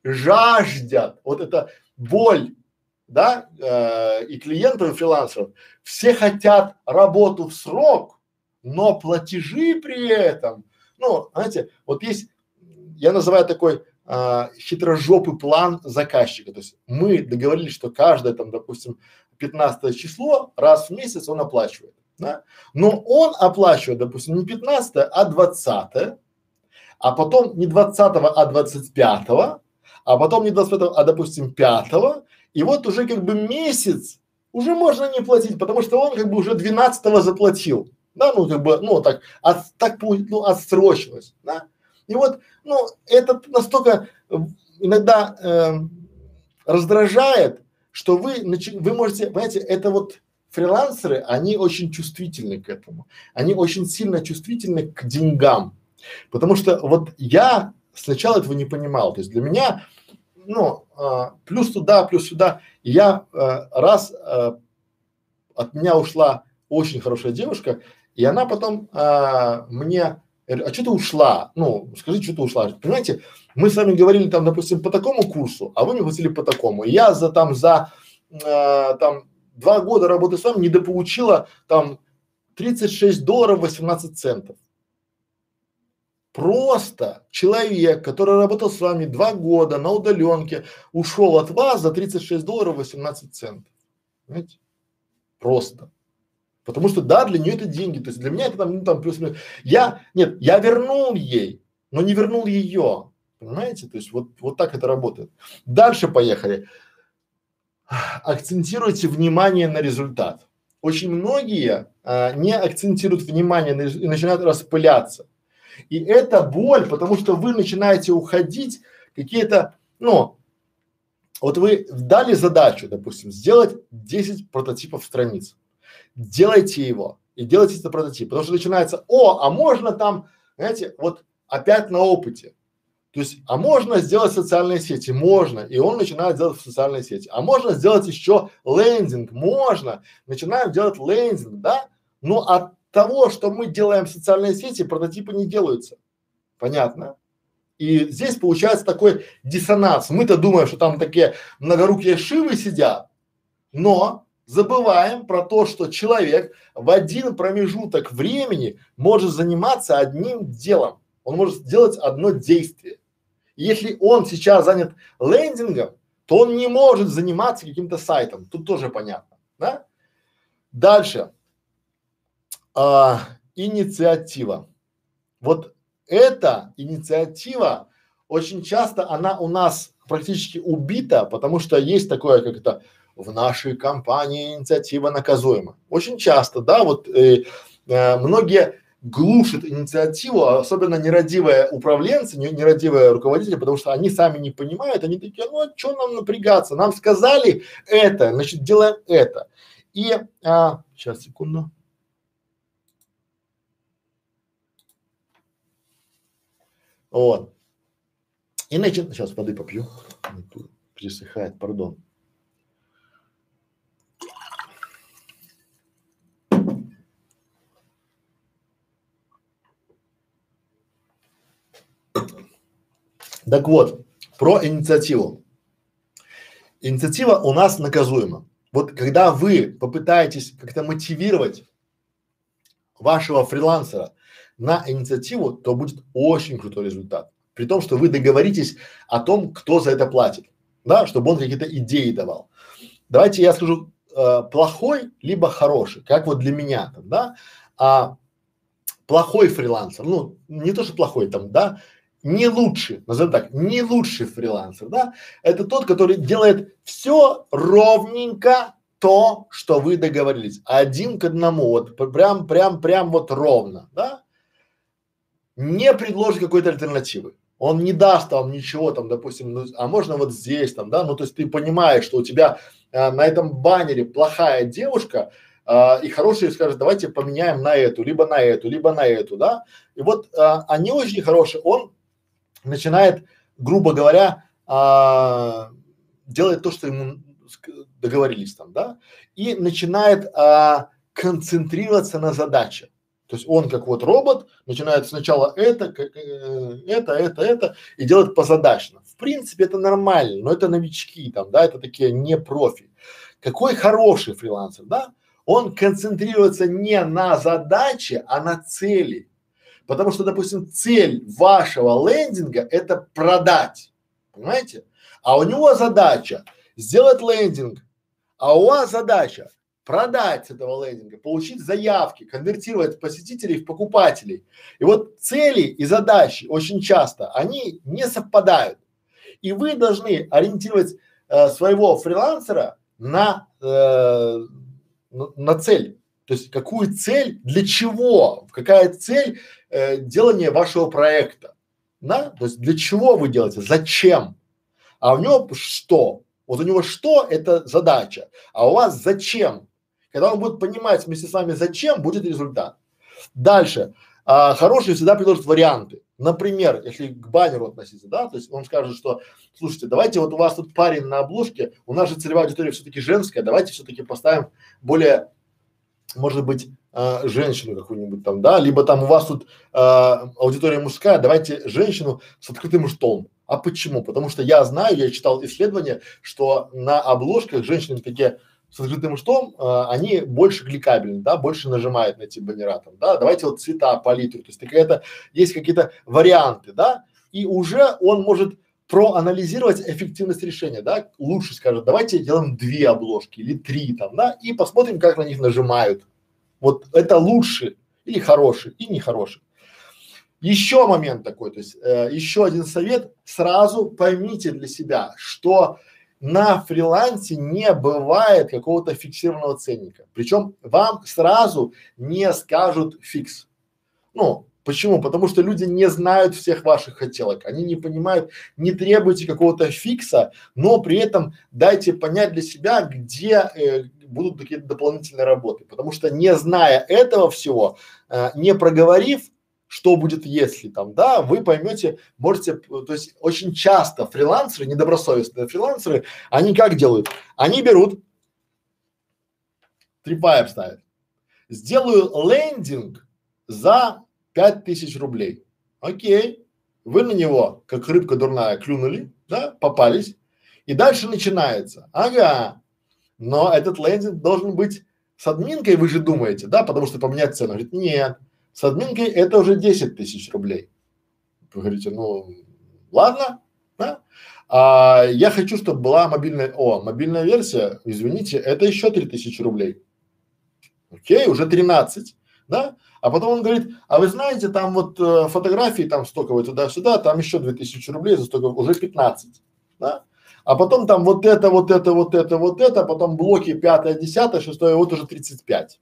[SPEAKER 1] жаждят, вот эта боль, да, э, и клиентов, и фрилансеров, все хотят работу в срок, но платежи при этом, ну, знаете, вот есть, я называю такой а, хитрожопый план заказчика, то есть мы договорились, что каждое там, допустим, пятнадцатое число раз в месяц он оплачивает, да, но он оплачивает, допустим, не пятнадцатое, а двадцатое, а потом не двадцатого, а двадцать пятого, а потом не двадцать пятого, а допустим пятого, и вот уже как бы месяц уже можно не платить, потому что он как бы уже двенадцатого заплатил. Да, ну как бы, ну так, от, так ну отсрочилось, да. И вот, ну это настолько э, иногда э, раздражает, что вы, начи, вы можете, понимаете, это вот фрилансеры, они очень чувствительны к этому, они очень сильно чувствительны к деньгам, потому что вот я сначала этого не понимал, то есть для меня, ну а, плюс туда, плюс сюда, и я а, раз а, от меня ушла очень хорошая девушка, и она потом а, мне, а что ты ушла? Ну, скажи, что ты ушла? Понимаете, мы с вами говорили там, допустим, по такому курсу, а вы мне платили по такому. И я за там, за а, там два года работы с вами недополучила там тридцать шесть долларов восемнадцать центов. Просто человек, который работал с вами два года на удаленке, ушел от вас за тридцать шесть долларов восемнадцать центов. Понимаете? Просто. Потому что да, для нее это деньги, то есть для меня это там, ну там плюс-минус. Я, нет, я вернул ей, но не вернул ее, понимаете? То есть вот, вот так это работает. Дальше поехали. Акцентируйте внимание на результат. Очень многие а, не акцентируют внимание на, и начинают распыляться. И это боль, потому что вы начинаете уходить какие-то, ну, вот вы дали задачу, допустим, сделать десять прототипов страниц. Делайте его и делайте этот прототип, потому что начинается, о, а можно там, знаете, вот опять на опыте, то есть, а можно сделать социальные сети, можно, и он начинает делать социальные сети, а можно сделать еще лендинг, можно, начинаем делать лендинг, да, ну а того, что мы делаем в социальной сети, прототипы не делаются. Понятно? И здесь получается такой диссонанс. Мы-то думаем, что там такие многорукие шивы сидят, но забываем про то, что человек в один промежуток времени может заниматься одним делом. Он может сделать одно действие. И если он сейчас занят лендингом, то он не может заниматься каким-то сайтом. Тут тоже понятно, да? Дальше. А, инициатива. Вот эта инициатива очень часто она у нас практически убита, потому что есть такое, как это в нашей компании инициатива наказуема. Очень часто, да, вот э, э, многие глушат инициативу, особенно нерадивые управленцы, не, нерадивые руководители, потому что они сами не понимают, они такие, ну а что нам напрягаться, нам сказали это, значит делаем это. И, а, сейчас, секунду. Вот. И начи... Сейчас воды попью. Пересыхает, пардон. Так вот, про инициативу. Инициатива у нас наказуема. Вот когда вы попытаетесь как-то мотивировать вашего фрилансера на инициативу, то будет очень крутой результат. При том, что вы договоритесь о том, кто за это платит, да, чтобы он какие-то идеи давал. Давайте я скажу э, плохой либо хороший, как вот для меня там, да, а плохой фрилансер, ну не то, что плохой там, да, не лучший, назовем так, не лучший фрилансер, да, это тот, который делает все ровненько то, что вы договорились, один к одному, вот прям, прям, прям вот ровно, да, не предложит какой-то альтернативы. Он не даст вам ничего там, допустим, ну, а можно вот здесь там, да, ну то есть ты понимаешь, что у тебя а, на этом баннере плохая девушка, а, и хорошие скажет, давайте поменяем на эту, либо на эту, либо на эту, да, и вот а, они очень хорошие, он начинает, грубо говоря, а, делать то, что ему договорились там, да, и начинает а, концентрироваться на задаче. То есть он как вот робот начинает сначала это, как, э, это, это, это и делает позадачно. В принципе это нормально, но это новички там, да, это такие не профи. Какой хороший фрилансер, да? Он концентрируется не на задаче, а на цели. Потому что, допустим, цель вашего лендинга – это продать, понимаете? А у него задача сделать лендинг, а у вас задача продать с этого лендинга, получить заявки, конвертировать посетителей в покупателей. И вот цели и задачи очень часто, они не совпадают. И вы должны ориентировать э, своего фрилансера на, э, на, на цель. То есть какую цель, для чего, какая цель э, делания вашего проекта, да? То есть для чего вы делаете, зачем, а у него что? Вот у него что – это задача, а у вас зачем? Когда он будет понимать вместе с вами зачем, будет результат. Дальше. А, хороший всегда предложит варианты. Например, если к баннеру относиться, да, то есть он скажет, что, слушайте, давайте вот у вас тут парень на обложке, у нас же целевая аудитория все-таки женская, давайте все-таки поставим более, может быть, э, женщину какую-нибудь там, да, либо там у вас тут э, аудитория мужская, давайте женщину с открытым ртом. А почему? Потому что я знаю, я читал исследования, что на обложках женщины такие с открытым ртом, э, они больше кликабельны, да, больше нажимают на эти баннера там, да, давайте вот цвета, палитру, то есть какая-то, есть какие-то варианты, да, и уже он может проанализировать эффективность решения, да, лучше скажет, давайте делаем две обложки или три там, да, и посмотрим, как на них нажимают. Вот это лучше или хороший, и нехороший. Еще момент такой, то есть э, еще один совет, сразу поймите для себя, что на фрилансе не бывает какого-то фиксированного ценника. Причем вам сразу не скажут фикс. Ну, почему? Потому что люди не знают всех ваших хотелок, они не понимают, не требуйте какого-то фикса, но при этом дайте понять для себя, где э, будут какие-то дополнительные работы. Потому что не зная этого всего, э, не проговорив, что будет если там, да, вы поймете, можете, то есть очень часто фрилансеры, недобросовестные фрилансеры, они как делают? Они берут, трипайп ставят, сделаю лендинг за пять тысяч рублей. Окей, вы на него, как рыбка дурная, клюнули, да, попались, и дальше начинается. Ага, но этот лендинг должен быть с админкой, вы же думаете, да, потому что поменять цену. Говорит, нет, с админкой это уже десять тысяч рублей. Вы говорите, ну, ладно, да? А я хочу, чтобы была мобильная, о, мобильная версия, извините, это еще три тысячи рублей. Окей, уже тринадцать, да? А потом он говорит, а вы знаете, там вот э, фотографии, там столько вот туда-сюда, там еще две тысячи рублей за столько, уже пятнадцать, да? А потом там вот это, вот это, вот это, вот это, а потом блоки пятое, десятое, шестое, вот уже тридцать пять.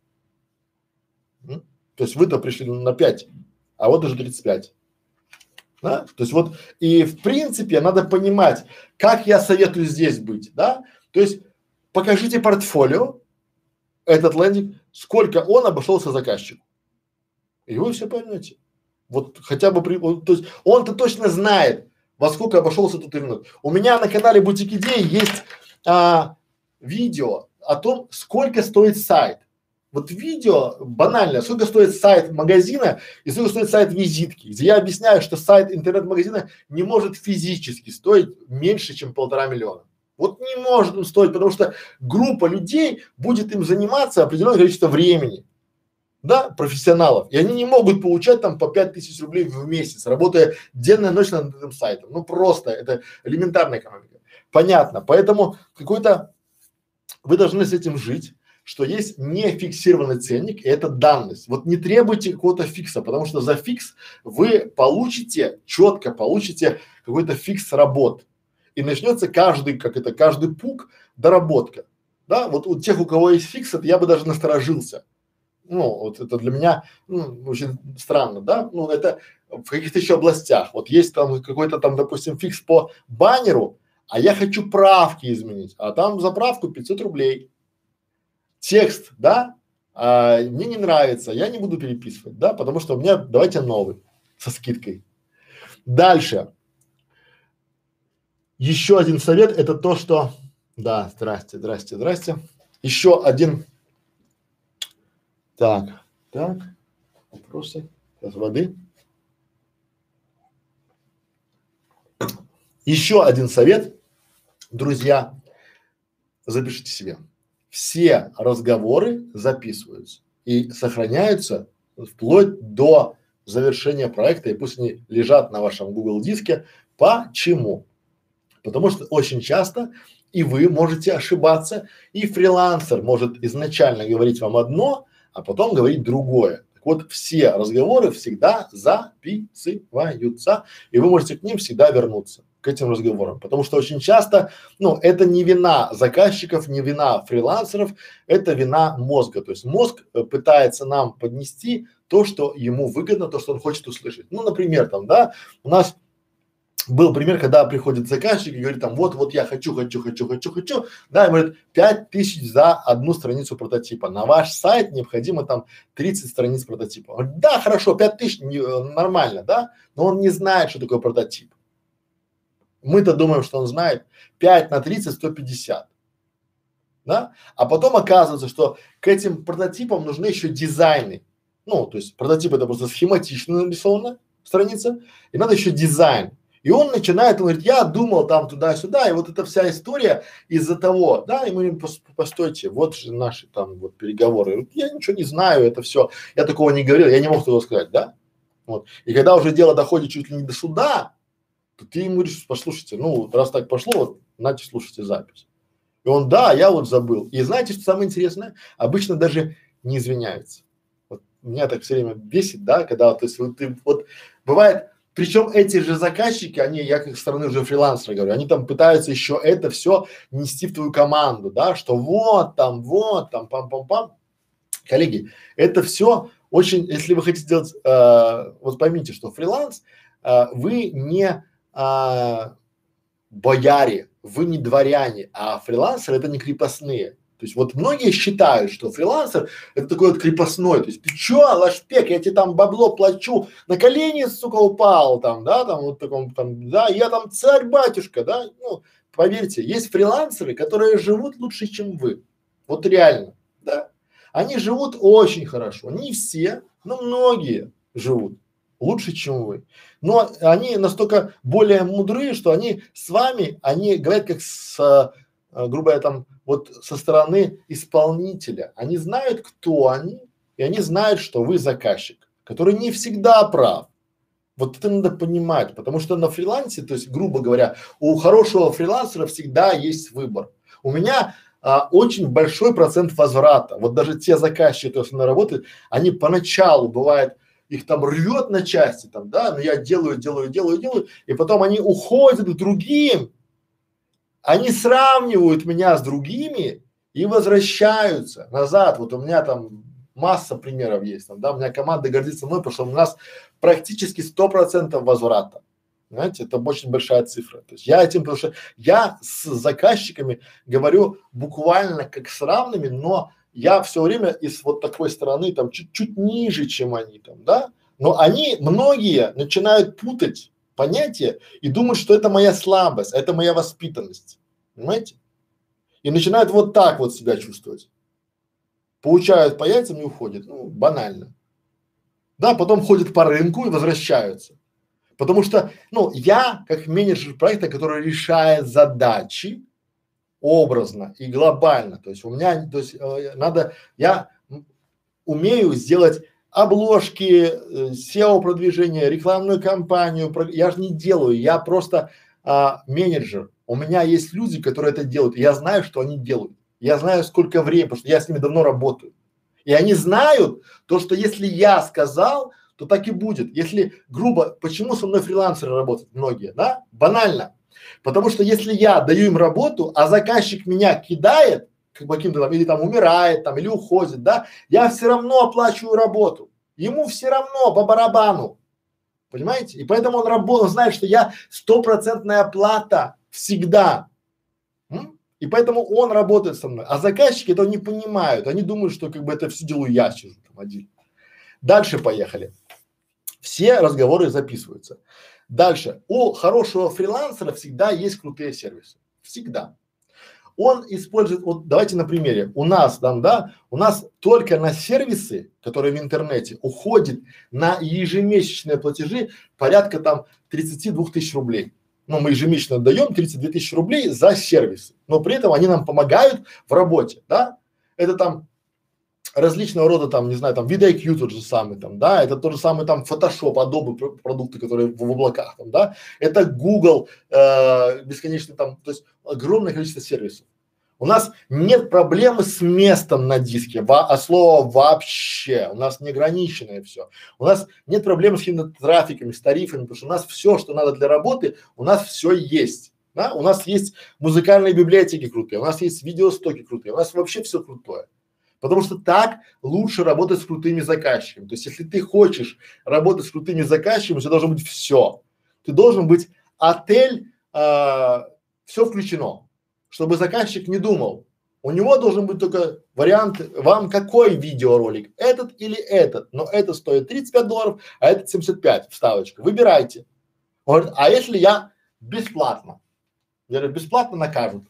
[SPEAKER 1] М? То есть вы-то пришли на пять, а вот уже тридцать пять. Да? То есть вот, и в принципе надо понимать, как я советую здесь быть, да? То есть покажите портфолио, этот лендинг, сколько он обошелся заказчику. И вы все поймете. Вот хотя бы при, вот, то есть он-то точно знает, во сколько обошелся тут рынок. У меня на канале Бутик Идей есть а, видео о том, сколько стоит сайт. Вот видео банально, сколько стоит сайт магазина и сколько стоит сайт визитки, где я объясняю, что сайт интернет-магазина не может физически стоить меньше, чем полтора миллиона. Вот не может он стоить, потому что группа людей будет им заниматься определенное количество времени, да, профессионалов, и они не могут получать там по пять тысяч рублей в месяц, работая денно и ночно над этим сайтом. Ну просто это элементарная экономика. Понятно, поэтому какой-то вы должны с этим жить, что есть нефиксированный ценник, и это данность. Вот не требуйте какого-то фикса, потому что за фикс вы получите, четко получите какой-то фикс работ. И начнется каждый, как это, каждый пук доработка. Да, вот у тех, у кого есть фикс, это я бы даже насторожился. Ну, вот это для меня, ну, очень странно, да, ну, это в каких-то еще областях. Вот есть там какой-то там, допустим, фикс по баннеру, а я хочу правки изменить, а там за правку пятьсот рублей. Текст, да, а, мне не нравится, я не буду переписывать, да, потому что у меня, давайте новый, со скидкой. Дальше. Еще один совет – это то, что… Да, здрасте, здрасте, здрасте. Еще один… Так, так, вопросы? Сейчас воды. Еще один совет, друзья, запишите себе. Все разговоры записываются и сохраняются вплоть до завершения проекта, и пусть они лежат на вашем Google диске. Почему? Потому что очень часто и вы можете ошибаться, и фрилансер может изначально говорить вам одно, а потом говорить другое. Так вот, все разговоры всегда записываются, и вы можете к ним всегда вернуться, к этим разговорам. Потому что очень часто, ну, это не вина заказчиков, не вина фрилансеров, это вина мозга. То есть мозг э, пытается нам поднести то, что ему выгодно, то, что он хочет услышать. Ну, например, там, да, у нас был пример, когда приходит заказчик и говорит там, вот, вот я хочу, хочу, хочу, хочу, хочу, да, и говорит, пять тысяч за одну страницу прототипа. На ваш сайт необходимо там тридцать страниц прототипа. Он говорит, да, хорошо, пять тысяч не, нормально, да, но он не знает, что такое прототип. Мы-то думаем, что он знает пять на тридцать, сто пятьдесят, да, а потом оказывается, что к этим прототипам нужны еще дизайны. Ну, то есть прототип это просто схематично нарисована страница, и надо еще дизайн. И он начинает, он говорит, я думал там туда-сюда, и вот эта вся история из-за того, да, и мы говорим, постойте, вот же наши там вот переговоры. Говорит, я ничего не знаю, это все, я такого не говорил, я не мог этого сказать, да. Вот. И когда уже дело доходит чуть ли не до суда, то ты ему говоришь, послушайте, ну, раз так пошло, вот, нате, слушайте запись. И он, да, я вот забыл. И знаете, что самое интересное? Обычно даже не извиняются. Вот меня так все время бесит, да, когда, то есть вот ты, вот бывает, причем эти же заказчики, они, я как со стороны уже фрилансера говорю, они там пытаются еще это все нести в твою команду, да, что вот там, вот там, пам-пам-пам. Коллеги, это все очень, если вы хотите сделать, э, вот поймите, что фриланс, э, вы не э, бояре, вы не дворяне, а фрилансеры это не крепостные. То есть вот многие считают, что фрилансер это такой вот крепостной, то есть ты чё, лашпек, я тебе там бабло плачу, на колени, сука, упал там, да, там вот таком там, да, я там царь-батюшка, да, ну, поверьте, есть фрилансеры, которые живут лучше, чем вы, вот реально, да, они живут очень хорошо. Не все, но многие живут лучше, чем вы. Но они настолько более мудрые, что они с вами, они говорят как с, а, грубо говоря, там, вот со стороны исполнителя. Они знают, кто они, и они знают, что вы заказчик, который не всегда прав. Вот это надо понимать, потому что на фрилансе, то есть, грубо говоря, у хорошего фрилансера всегда есть выбор. У меня а, очень большой процент возврата. Вот даже те заказчики, которые со мной работают, они поначалу, бывает, их там рвет на части, там, да, но я делаю, делаю, делаю, делаю, и потом они уходят к другим, они сравнивают меня с другими и возвращаются назад. Вот у меня там масса примеров есть, там, да, у меня команда гордится мной, потому что у нас практически сто процентов возврата. Знаете, это очень большая цифра. То есть я этим, потому что я с заказчиками говорю буквально как с равными, но я все время из вот такой стороны там чуть-чуть ниже, чем они там, да, но они, многие начинают путать понятия и думают, что это моя слабость, это моя воспитанность, понимаете? И начинают вот так вот себя чувствовать. Получают по яйцам и уходят, ну, банально. Да, потом ходят по рынку и возвращаются. Потому что, ну, я как менеджер проекта, который решает задачи образно и глобально, то есть у меня, то есть э, надо, я умею сделать обложки, э, сео-продвижение, рекламную кампанию, про, я же не делаю, я просто а, менеджер. У меня есть люди, которые это делают, и я знаю, что они делают. Я знаю, сколько времени, потому что я с ними давно работаю. И они знают то, что если я сказал, то так и будет. Если грубо, почему со мной фрилансеры работают многие, да? Банально. Потому что если я даю им работу, а заказчик меня кидает, как каким-то там, или там умирает, там, или уходит, да, я все равно оплачиваю работу. Ему все равно по барабану. Понимаете? И поэтому он работает, он знает, что я стопроцентная оплата всегда. М? И поэтому он работает со мной. А заказчики этого не понимают. Они думают, что как бы это все делаю я сижу там один. Дальше поехали. Все разговоры записываются. Дальше. У хорошего фрилансера всегда есть крутые сервисы. Всегда. Он использует, вот давайте на примере. У нас там, да, у нас только на сервисы, которые в интернете, уходит на ежемесячные платежи порядка там тридцати двух тысяч рублей. Ну, мы ежемесячно даем тридцать две тысячи рублей за сервисы, но при этом они нам помогают в работе, да. Это там различного рода там, не знаю, там видео-кью тот же самый там, да, это тот же самый там Photoshop, Adobe пр- продукты, которые в, в облаках там, да, это Google, э, бесконечно там, то есть огромное количество сервисов. У нас нет проблемы с местом на диске, во, а слово вообще, у нас неограниченное все. У нас нет проблем с какими-то трафиками, с тарифами, потому что у нас все, что надо для работы, у нас все есть. Да? У нас есть музыкальные библиотеки крутые, у нас есть видеостоки крутые, у нас вообще все крутое. Потому что так лучше работать с крутыми заказчиками. То есть, если ты хочешь работать с крутыми заказчиками, у тебя должно быть все. Ты должен быть отель, а, все включено, чтобы заказчик не думал. У него должен быть только вариант, вам какой видеоролик, этот или этот, но это стоит тридцать пять долларов, а этот семьдесят пять, вставочка. Выбирайте. Он говорит, а если я бесплатно? Я говорю, бесплатно накажут.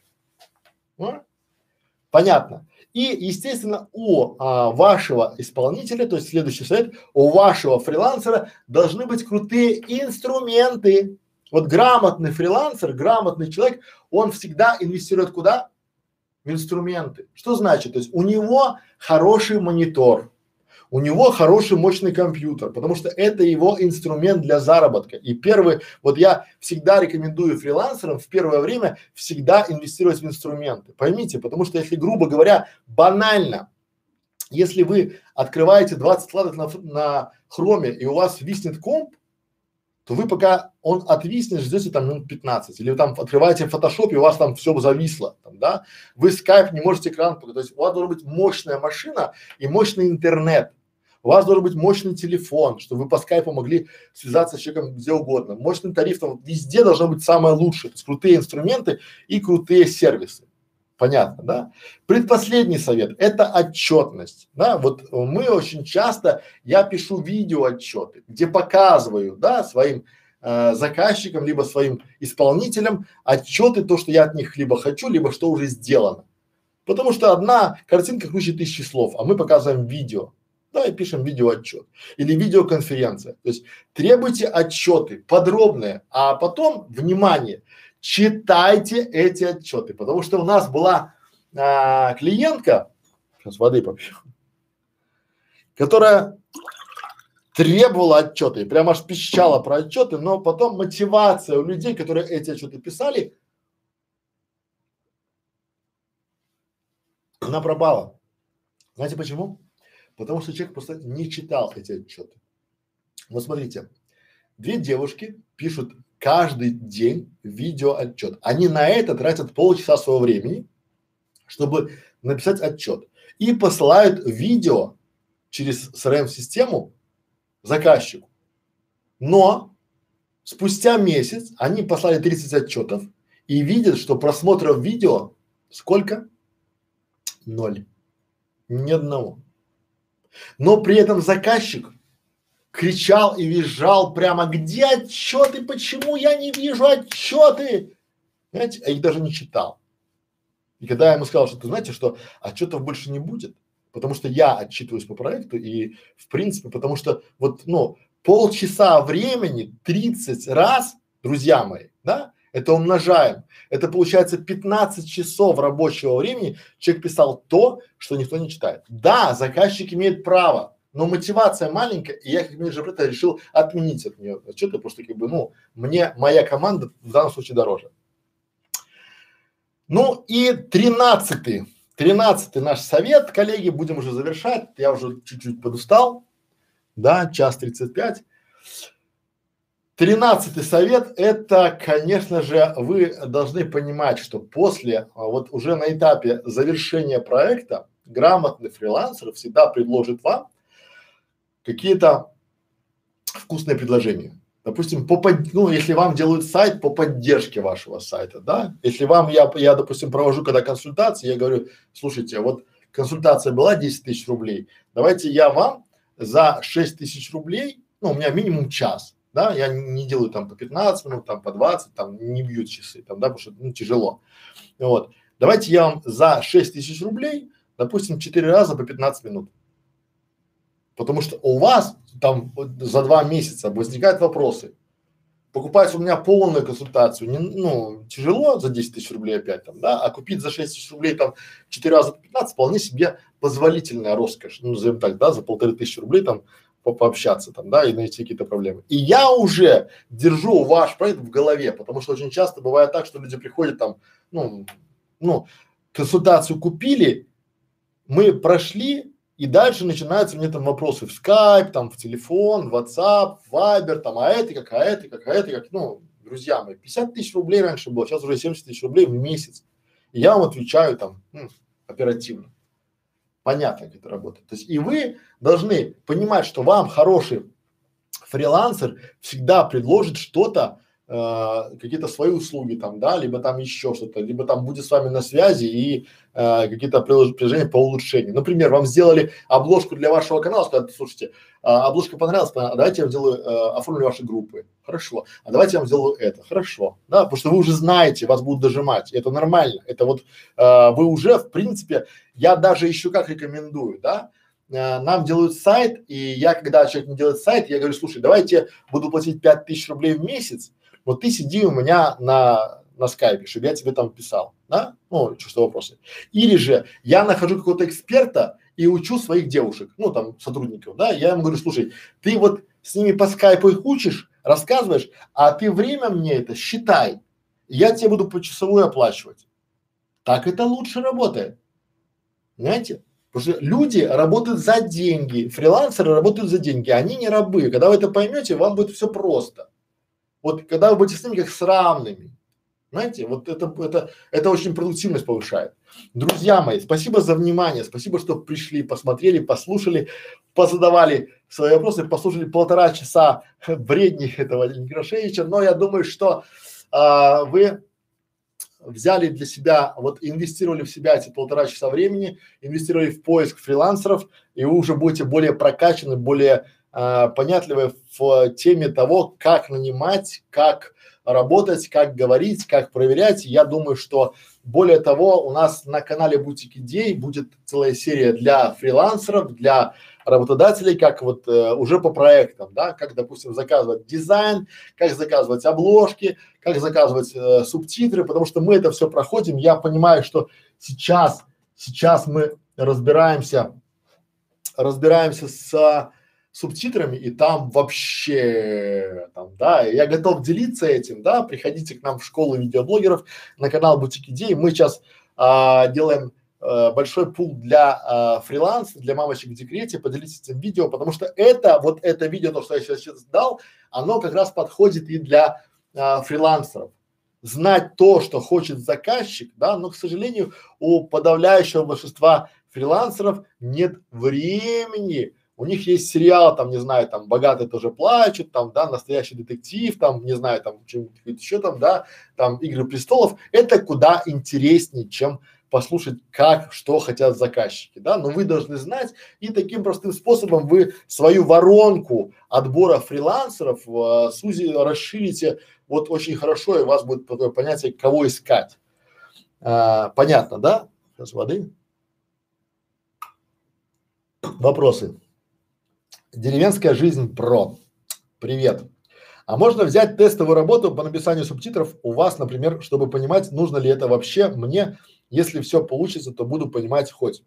[SPEAKER 1] Ну, понятно. И, естественно, у а, вашего исполнителя, то есть следующий совет, у вашего фрилансера должны быть крутые инструменты. Вот грамотный фрилансер, грамотный человек, он всегда инвестирует куда? В инструменты. Что значит? То есть у него хороший монитор, у него хороший мощный компьютер, потому что это его инструмент для заработка. И первый, вот я всегда рекомендую фрилансерам в первое время всегда инвестировать в инструменты. Поймите, потому что если, грубо говоря, банально, если вы открываете двадцать вкладок на, на хроме и у вас виснет комп, то вы пока он отвиснет, ждете там минут пятнадцать, или вы там открываете Photoshop и у вас там все зависло, там, да, вы скайп не можете экран показать, то есть у вас должна быть мощная машина и мощный интернет. У вас должен быть мощный телефон, чтобы вы по скайпу могли связаться с человеком где угодно. Мощный тариф, там везде должно быть самое лучшее. То есть крутые инструменты и крутые сервисы. Понятно, да? Предпоследний совет – это отчетность. Да? Вот мы очень часто, я пишу видеоотчеты, где показываю, да, своим э, заказчикам, либо своим исполнителям отчеты, то, что я от них либо хочу, либо что уже сделано. Потому что одна картинка круче тысячи слов, а мы показываем видео. Да, и пишем видеоотчет или видеоконференция. То есть требуйте отчеты подробные, а потом, внимание, читайте эти отчеты, потому что у нас была а, клиентка, сейчас воды попью, которая требовала отчеты, прям аж пищала про отчеты, но потом мотивация у людей, которые эти отчеты писали, она пропала. Знаете почему? Потому что человек просто не читал эти отчеты. Вот смотрите, две девушки пишут каждый день видеоотчет. Они на это тратят полчаса своего времени, чтобы написать отчет. И посылают видео через си эр эм-систему заказчику. Но спустя месяц они послали тридцать отчетов и видят, что просмотров видео сколько? Ноль. Ни одного. Но при этом заказчик кричал и визжал прямо: где отчеты, почему я не вижу отчеты? Знаете, а их даже не читал. И когда я ему сказал, что ты знаете, что отчетов больше не будет, потому что я отчитываюсь по проекту и в принципе, потому что вот, ну, полчаса времени тридцать раз, друзья мои, да, это умножаем, это получается пятнадцать часов рабочего времени человек писал то, что никто не читает. Да, заказчик имеет право, но мотивация маленькая, и я как менеджер проекта решил отменить от нее отчеты, потому что как бы, ну, мне моя команда в данном случае дороже. Ну и тринадцатый, тринадцатый наш совет, коллеги, будем уже завершать, я уже чуть-чуть подустал, да, час тридцать пять. Тринадцатый совет – это, конечно же, вы должны понимать, что после, а, вот уже на этапе завершения проекта, грамотный фрилансер всегда предложит вам какие-то вкусные предложения. Допустим, по под, ну, если вам делают сайт по поддержке вашего сайта, да, если вам, я, я, допустим, провожу когда консультации, я говорю: слушайте, вот консультация была десять тысяч рублей, давайте я вам за шесть тысяч рублей, ну, у меня минимум час, да, я не делаю там по пятнадцать минут, там по двадцать, там не бьют часы, там, да, потому что, ну, тяжело. Вот, давайте я вам за шесть тысяч рублей, допустим, четыре раза по пятнадцать минут. Потому что у вас там за два месяца возникают вопросы. Покупать у меня полную консультацию, не, ну, тяжело за десять тысяч рублей опять там, да, а купить за шесть тысяч рублей там четыре раза по пятнадцать вполне себе позволительная роскошь, ну, назовем так, да, за полторы тысячи рублей там по пообщаться там, да, и найти какие-то проблемы. И я уже держу ваш проект в голове, потому что очень часто бывает так, что люди приходят там, ну, ну, консультацию купили, мы прошли, и дальше начинаются мне там вопросы в скайп, там в телефон, в ватсап, в вайбер, там, а это как, а это как, а это как, ну, друзья мои, пятьдесят тысяч рублей раньше было, сейчас уже семьдесят тысяч рублей в месяц. И я вам отвечаю там, ну, оперативно. Понятно, как это работает. То есть и вы должны понимать, что вам хороший фрилансер всегда предложит что-то, э, какие-то свои услуги там, да, либо там еще что-то, либо там будет с вами на связи и э, какие-то приложения по улучшению. Например, вам сделали обложку для вашего канала, сказали: слушайте, а, обложка понравилась, а давайте я вам сделаю, э, оформлю ваши группы. Хорошо. А давайте я вам сделаю это. Хорошо. Да, потому что вы уже знаете, вас будут дожимать. Это нормально. Это вот э, вы уже, в принципе, я даже еще как рекомендую, да, э, нам делают сайт, и я, когда человек не делает сайт, я говорю: слушай, давайте буду платить пять тысяч рублей в месяц, вот ты сиди у меня на, на скайпе, чтобы я тебе там писал, да, ну, что вопросы. Или же я нахожу какого-то эксперта и учу своих девушек, ну, там, сотрудников, да, я ему говорю: слушай, ты вот с ними по скайпу их учишь, рассказываешь, а ты время мне это считай, и я тебе буду почасовую оплачивать. Так это лучше работает, понимаете? Потому что люди работают за деньги, фрилансеры работают за деньги, они не рабы. Когда вы это поймете, вам будет все просто. Вот когда вы будете с ними как с равными, знаете, вот это, это, это очень продуктивность повышает. Друзья мои, спасибо за внимание, спасибо, что пришли, посмотрели, послушали, позадавали свои вопросы, послушали полтора часа бредни этого Некрашевича, но я думаю, что а, вы взяли для себя, вот инвестировали в себя эти полтора часа времени, инвестировали в поиск фрилансеров, и вы уже будете более прокачаны, более а, понятливы в теме того, как нанимать, как работать, как говорить, как проверять. Я думаю, что Более того, у нас на канале Бутик Идей будет целая серия для фрилансеров, для работодателей, как вот э, уже по проектам, да, как, допустим, заказывать дизайн, как заказывать обложки, как заказывать э, субтитры, потому что мы это все проходим. Я понимаю, что сейчас, сейчас мы разбираемся, разбираемся с субтитрами, и там вообще, там, да, я готов делиться этим, да, приходите к нам в школу видеоблогеров, на канал Бутик Идей, мы сейчас а, делаем а, большой пул для а, фриланса, для мамочек в декрете, поделитесь этим видео, потому что это, вот это видео, то, что я сейчас, сейчас дал, оно как раз подходит и для а, фрилансеров. Знать то, что хочет заказчик, да, но, к сожалению, у подавляющего большинства фрилансеров нет времени. У них есть сериал, там, не знаю, там, «Богатые тоже плачут», там, да, «Настоящий детектив», там, не знаю, там, что-нибудь еще там, да, там, «Игры престолов». Это куда интереснее, чем послушать, как, что хотят заказчики, да, но вы должны знать, и таким простым способом вы свою воронку отбора фрилансеров э, сузи, расширите вот очень хорошо, и у вас будет такое понятие, кого искать. А, понятно, да? Сейчас воды. Вопросы. Деревенская жизнь про. Привет. А можно взять тестовую работу по написанию субтитров у вас, например, чтобы понимать, нужно ли это вообще мне. Если все получится, то буду понимать хоть.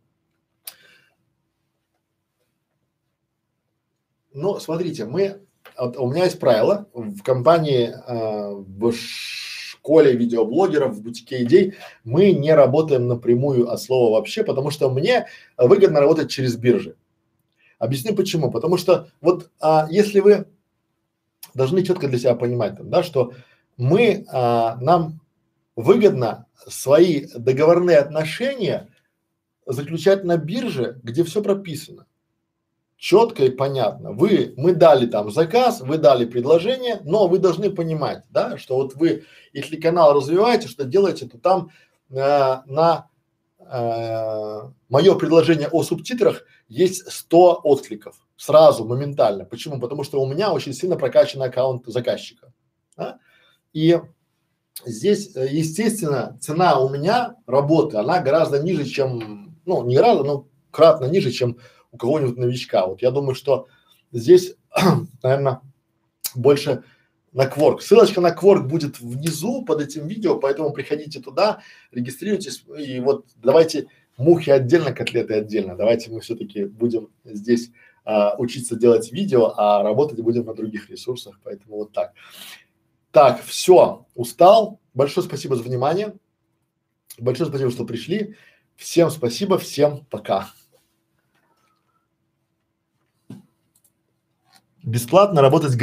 [SPEAKER 1] Ну, смотрите, мы, вот, у меня есть правило в компании, э, в школе видеоблогеров, в Бутике Идей, мы не работаем напрямую от слова вообще, потому что мне выгодно работать через биржи. Объясню почему. Потому что вот а, если вы должны четко для себя понимать, там, да, что мы, а, нам выгодно свои договорные отношения заключать на бирже, где все прописано. Четко и понятно. Вы, мы дали там заказ, вы дали предложение, но вы должны понимать, да, что вот вы, если канал развиваете, что делаете, то там э, на э, мое предложение о субтитрах есть сто откликов сразу, моментально. Почему? Потому что у меня очень сильно прокачан аккаунт заказчика. Да? И здесь, естественно, цена у меня работы, она гораздо ниже, чем, ну, не гораздо, но кратно ниже, чем у кого-нибудь новичка. Вот я думаю, что здесь, наверное, больше на Quark. Ссылочка на Quark будет внизу под этим видео, поэтому приходите туда, регистрируйтесь и вот давайте мухи отдельно, котлеты отдельно. Давайте мы все-таки будем здесь а, учиться делать видео, а работать будем на других ресурсах, поэтому вот так. Так, все, устал. Большое спасибо за внимание. Большое спасибо, что пришли. Всем спасибо, всем пока. Бесплатно работать с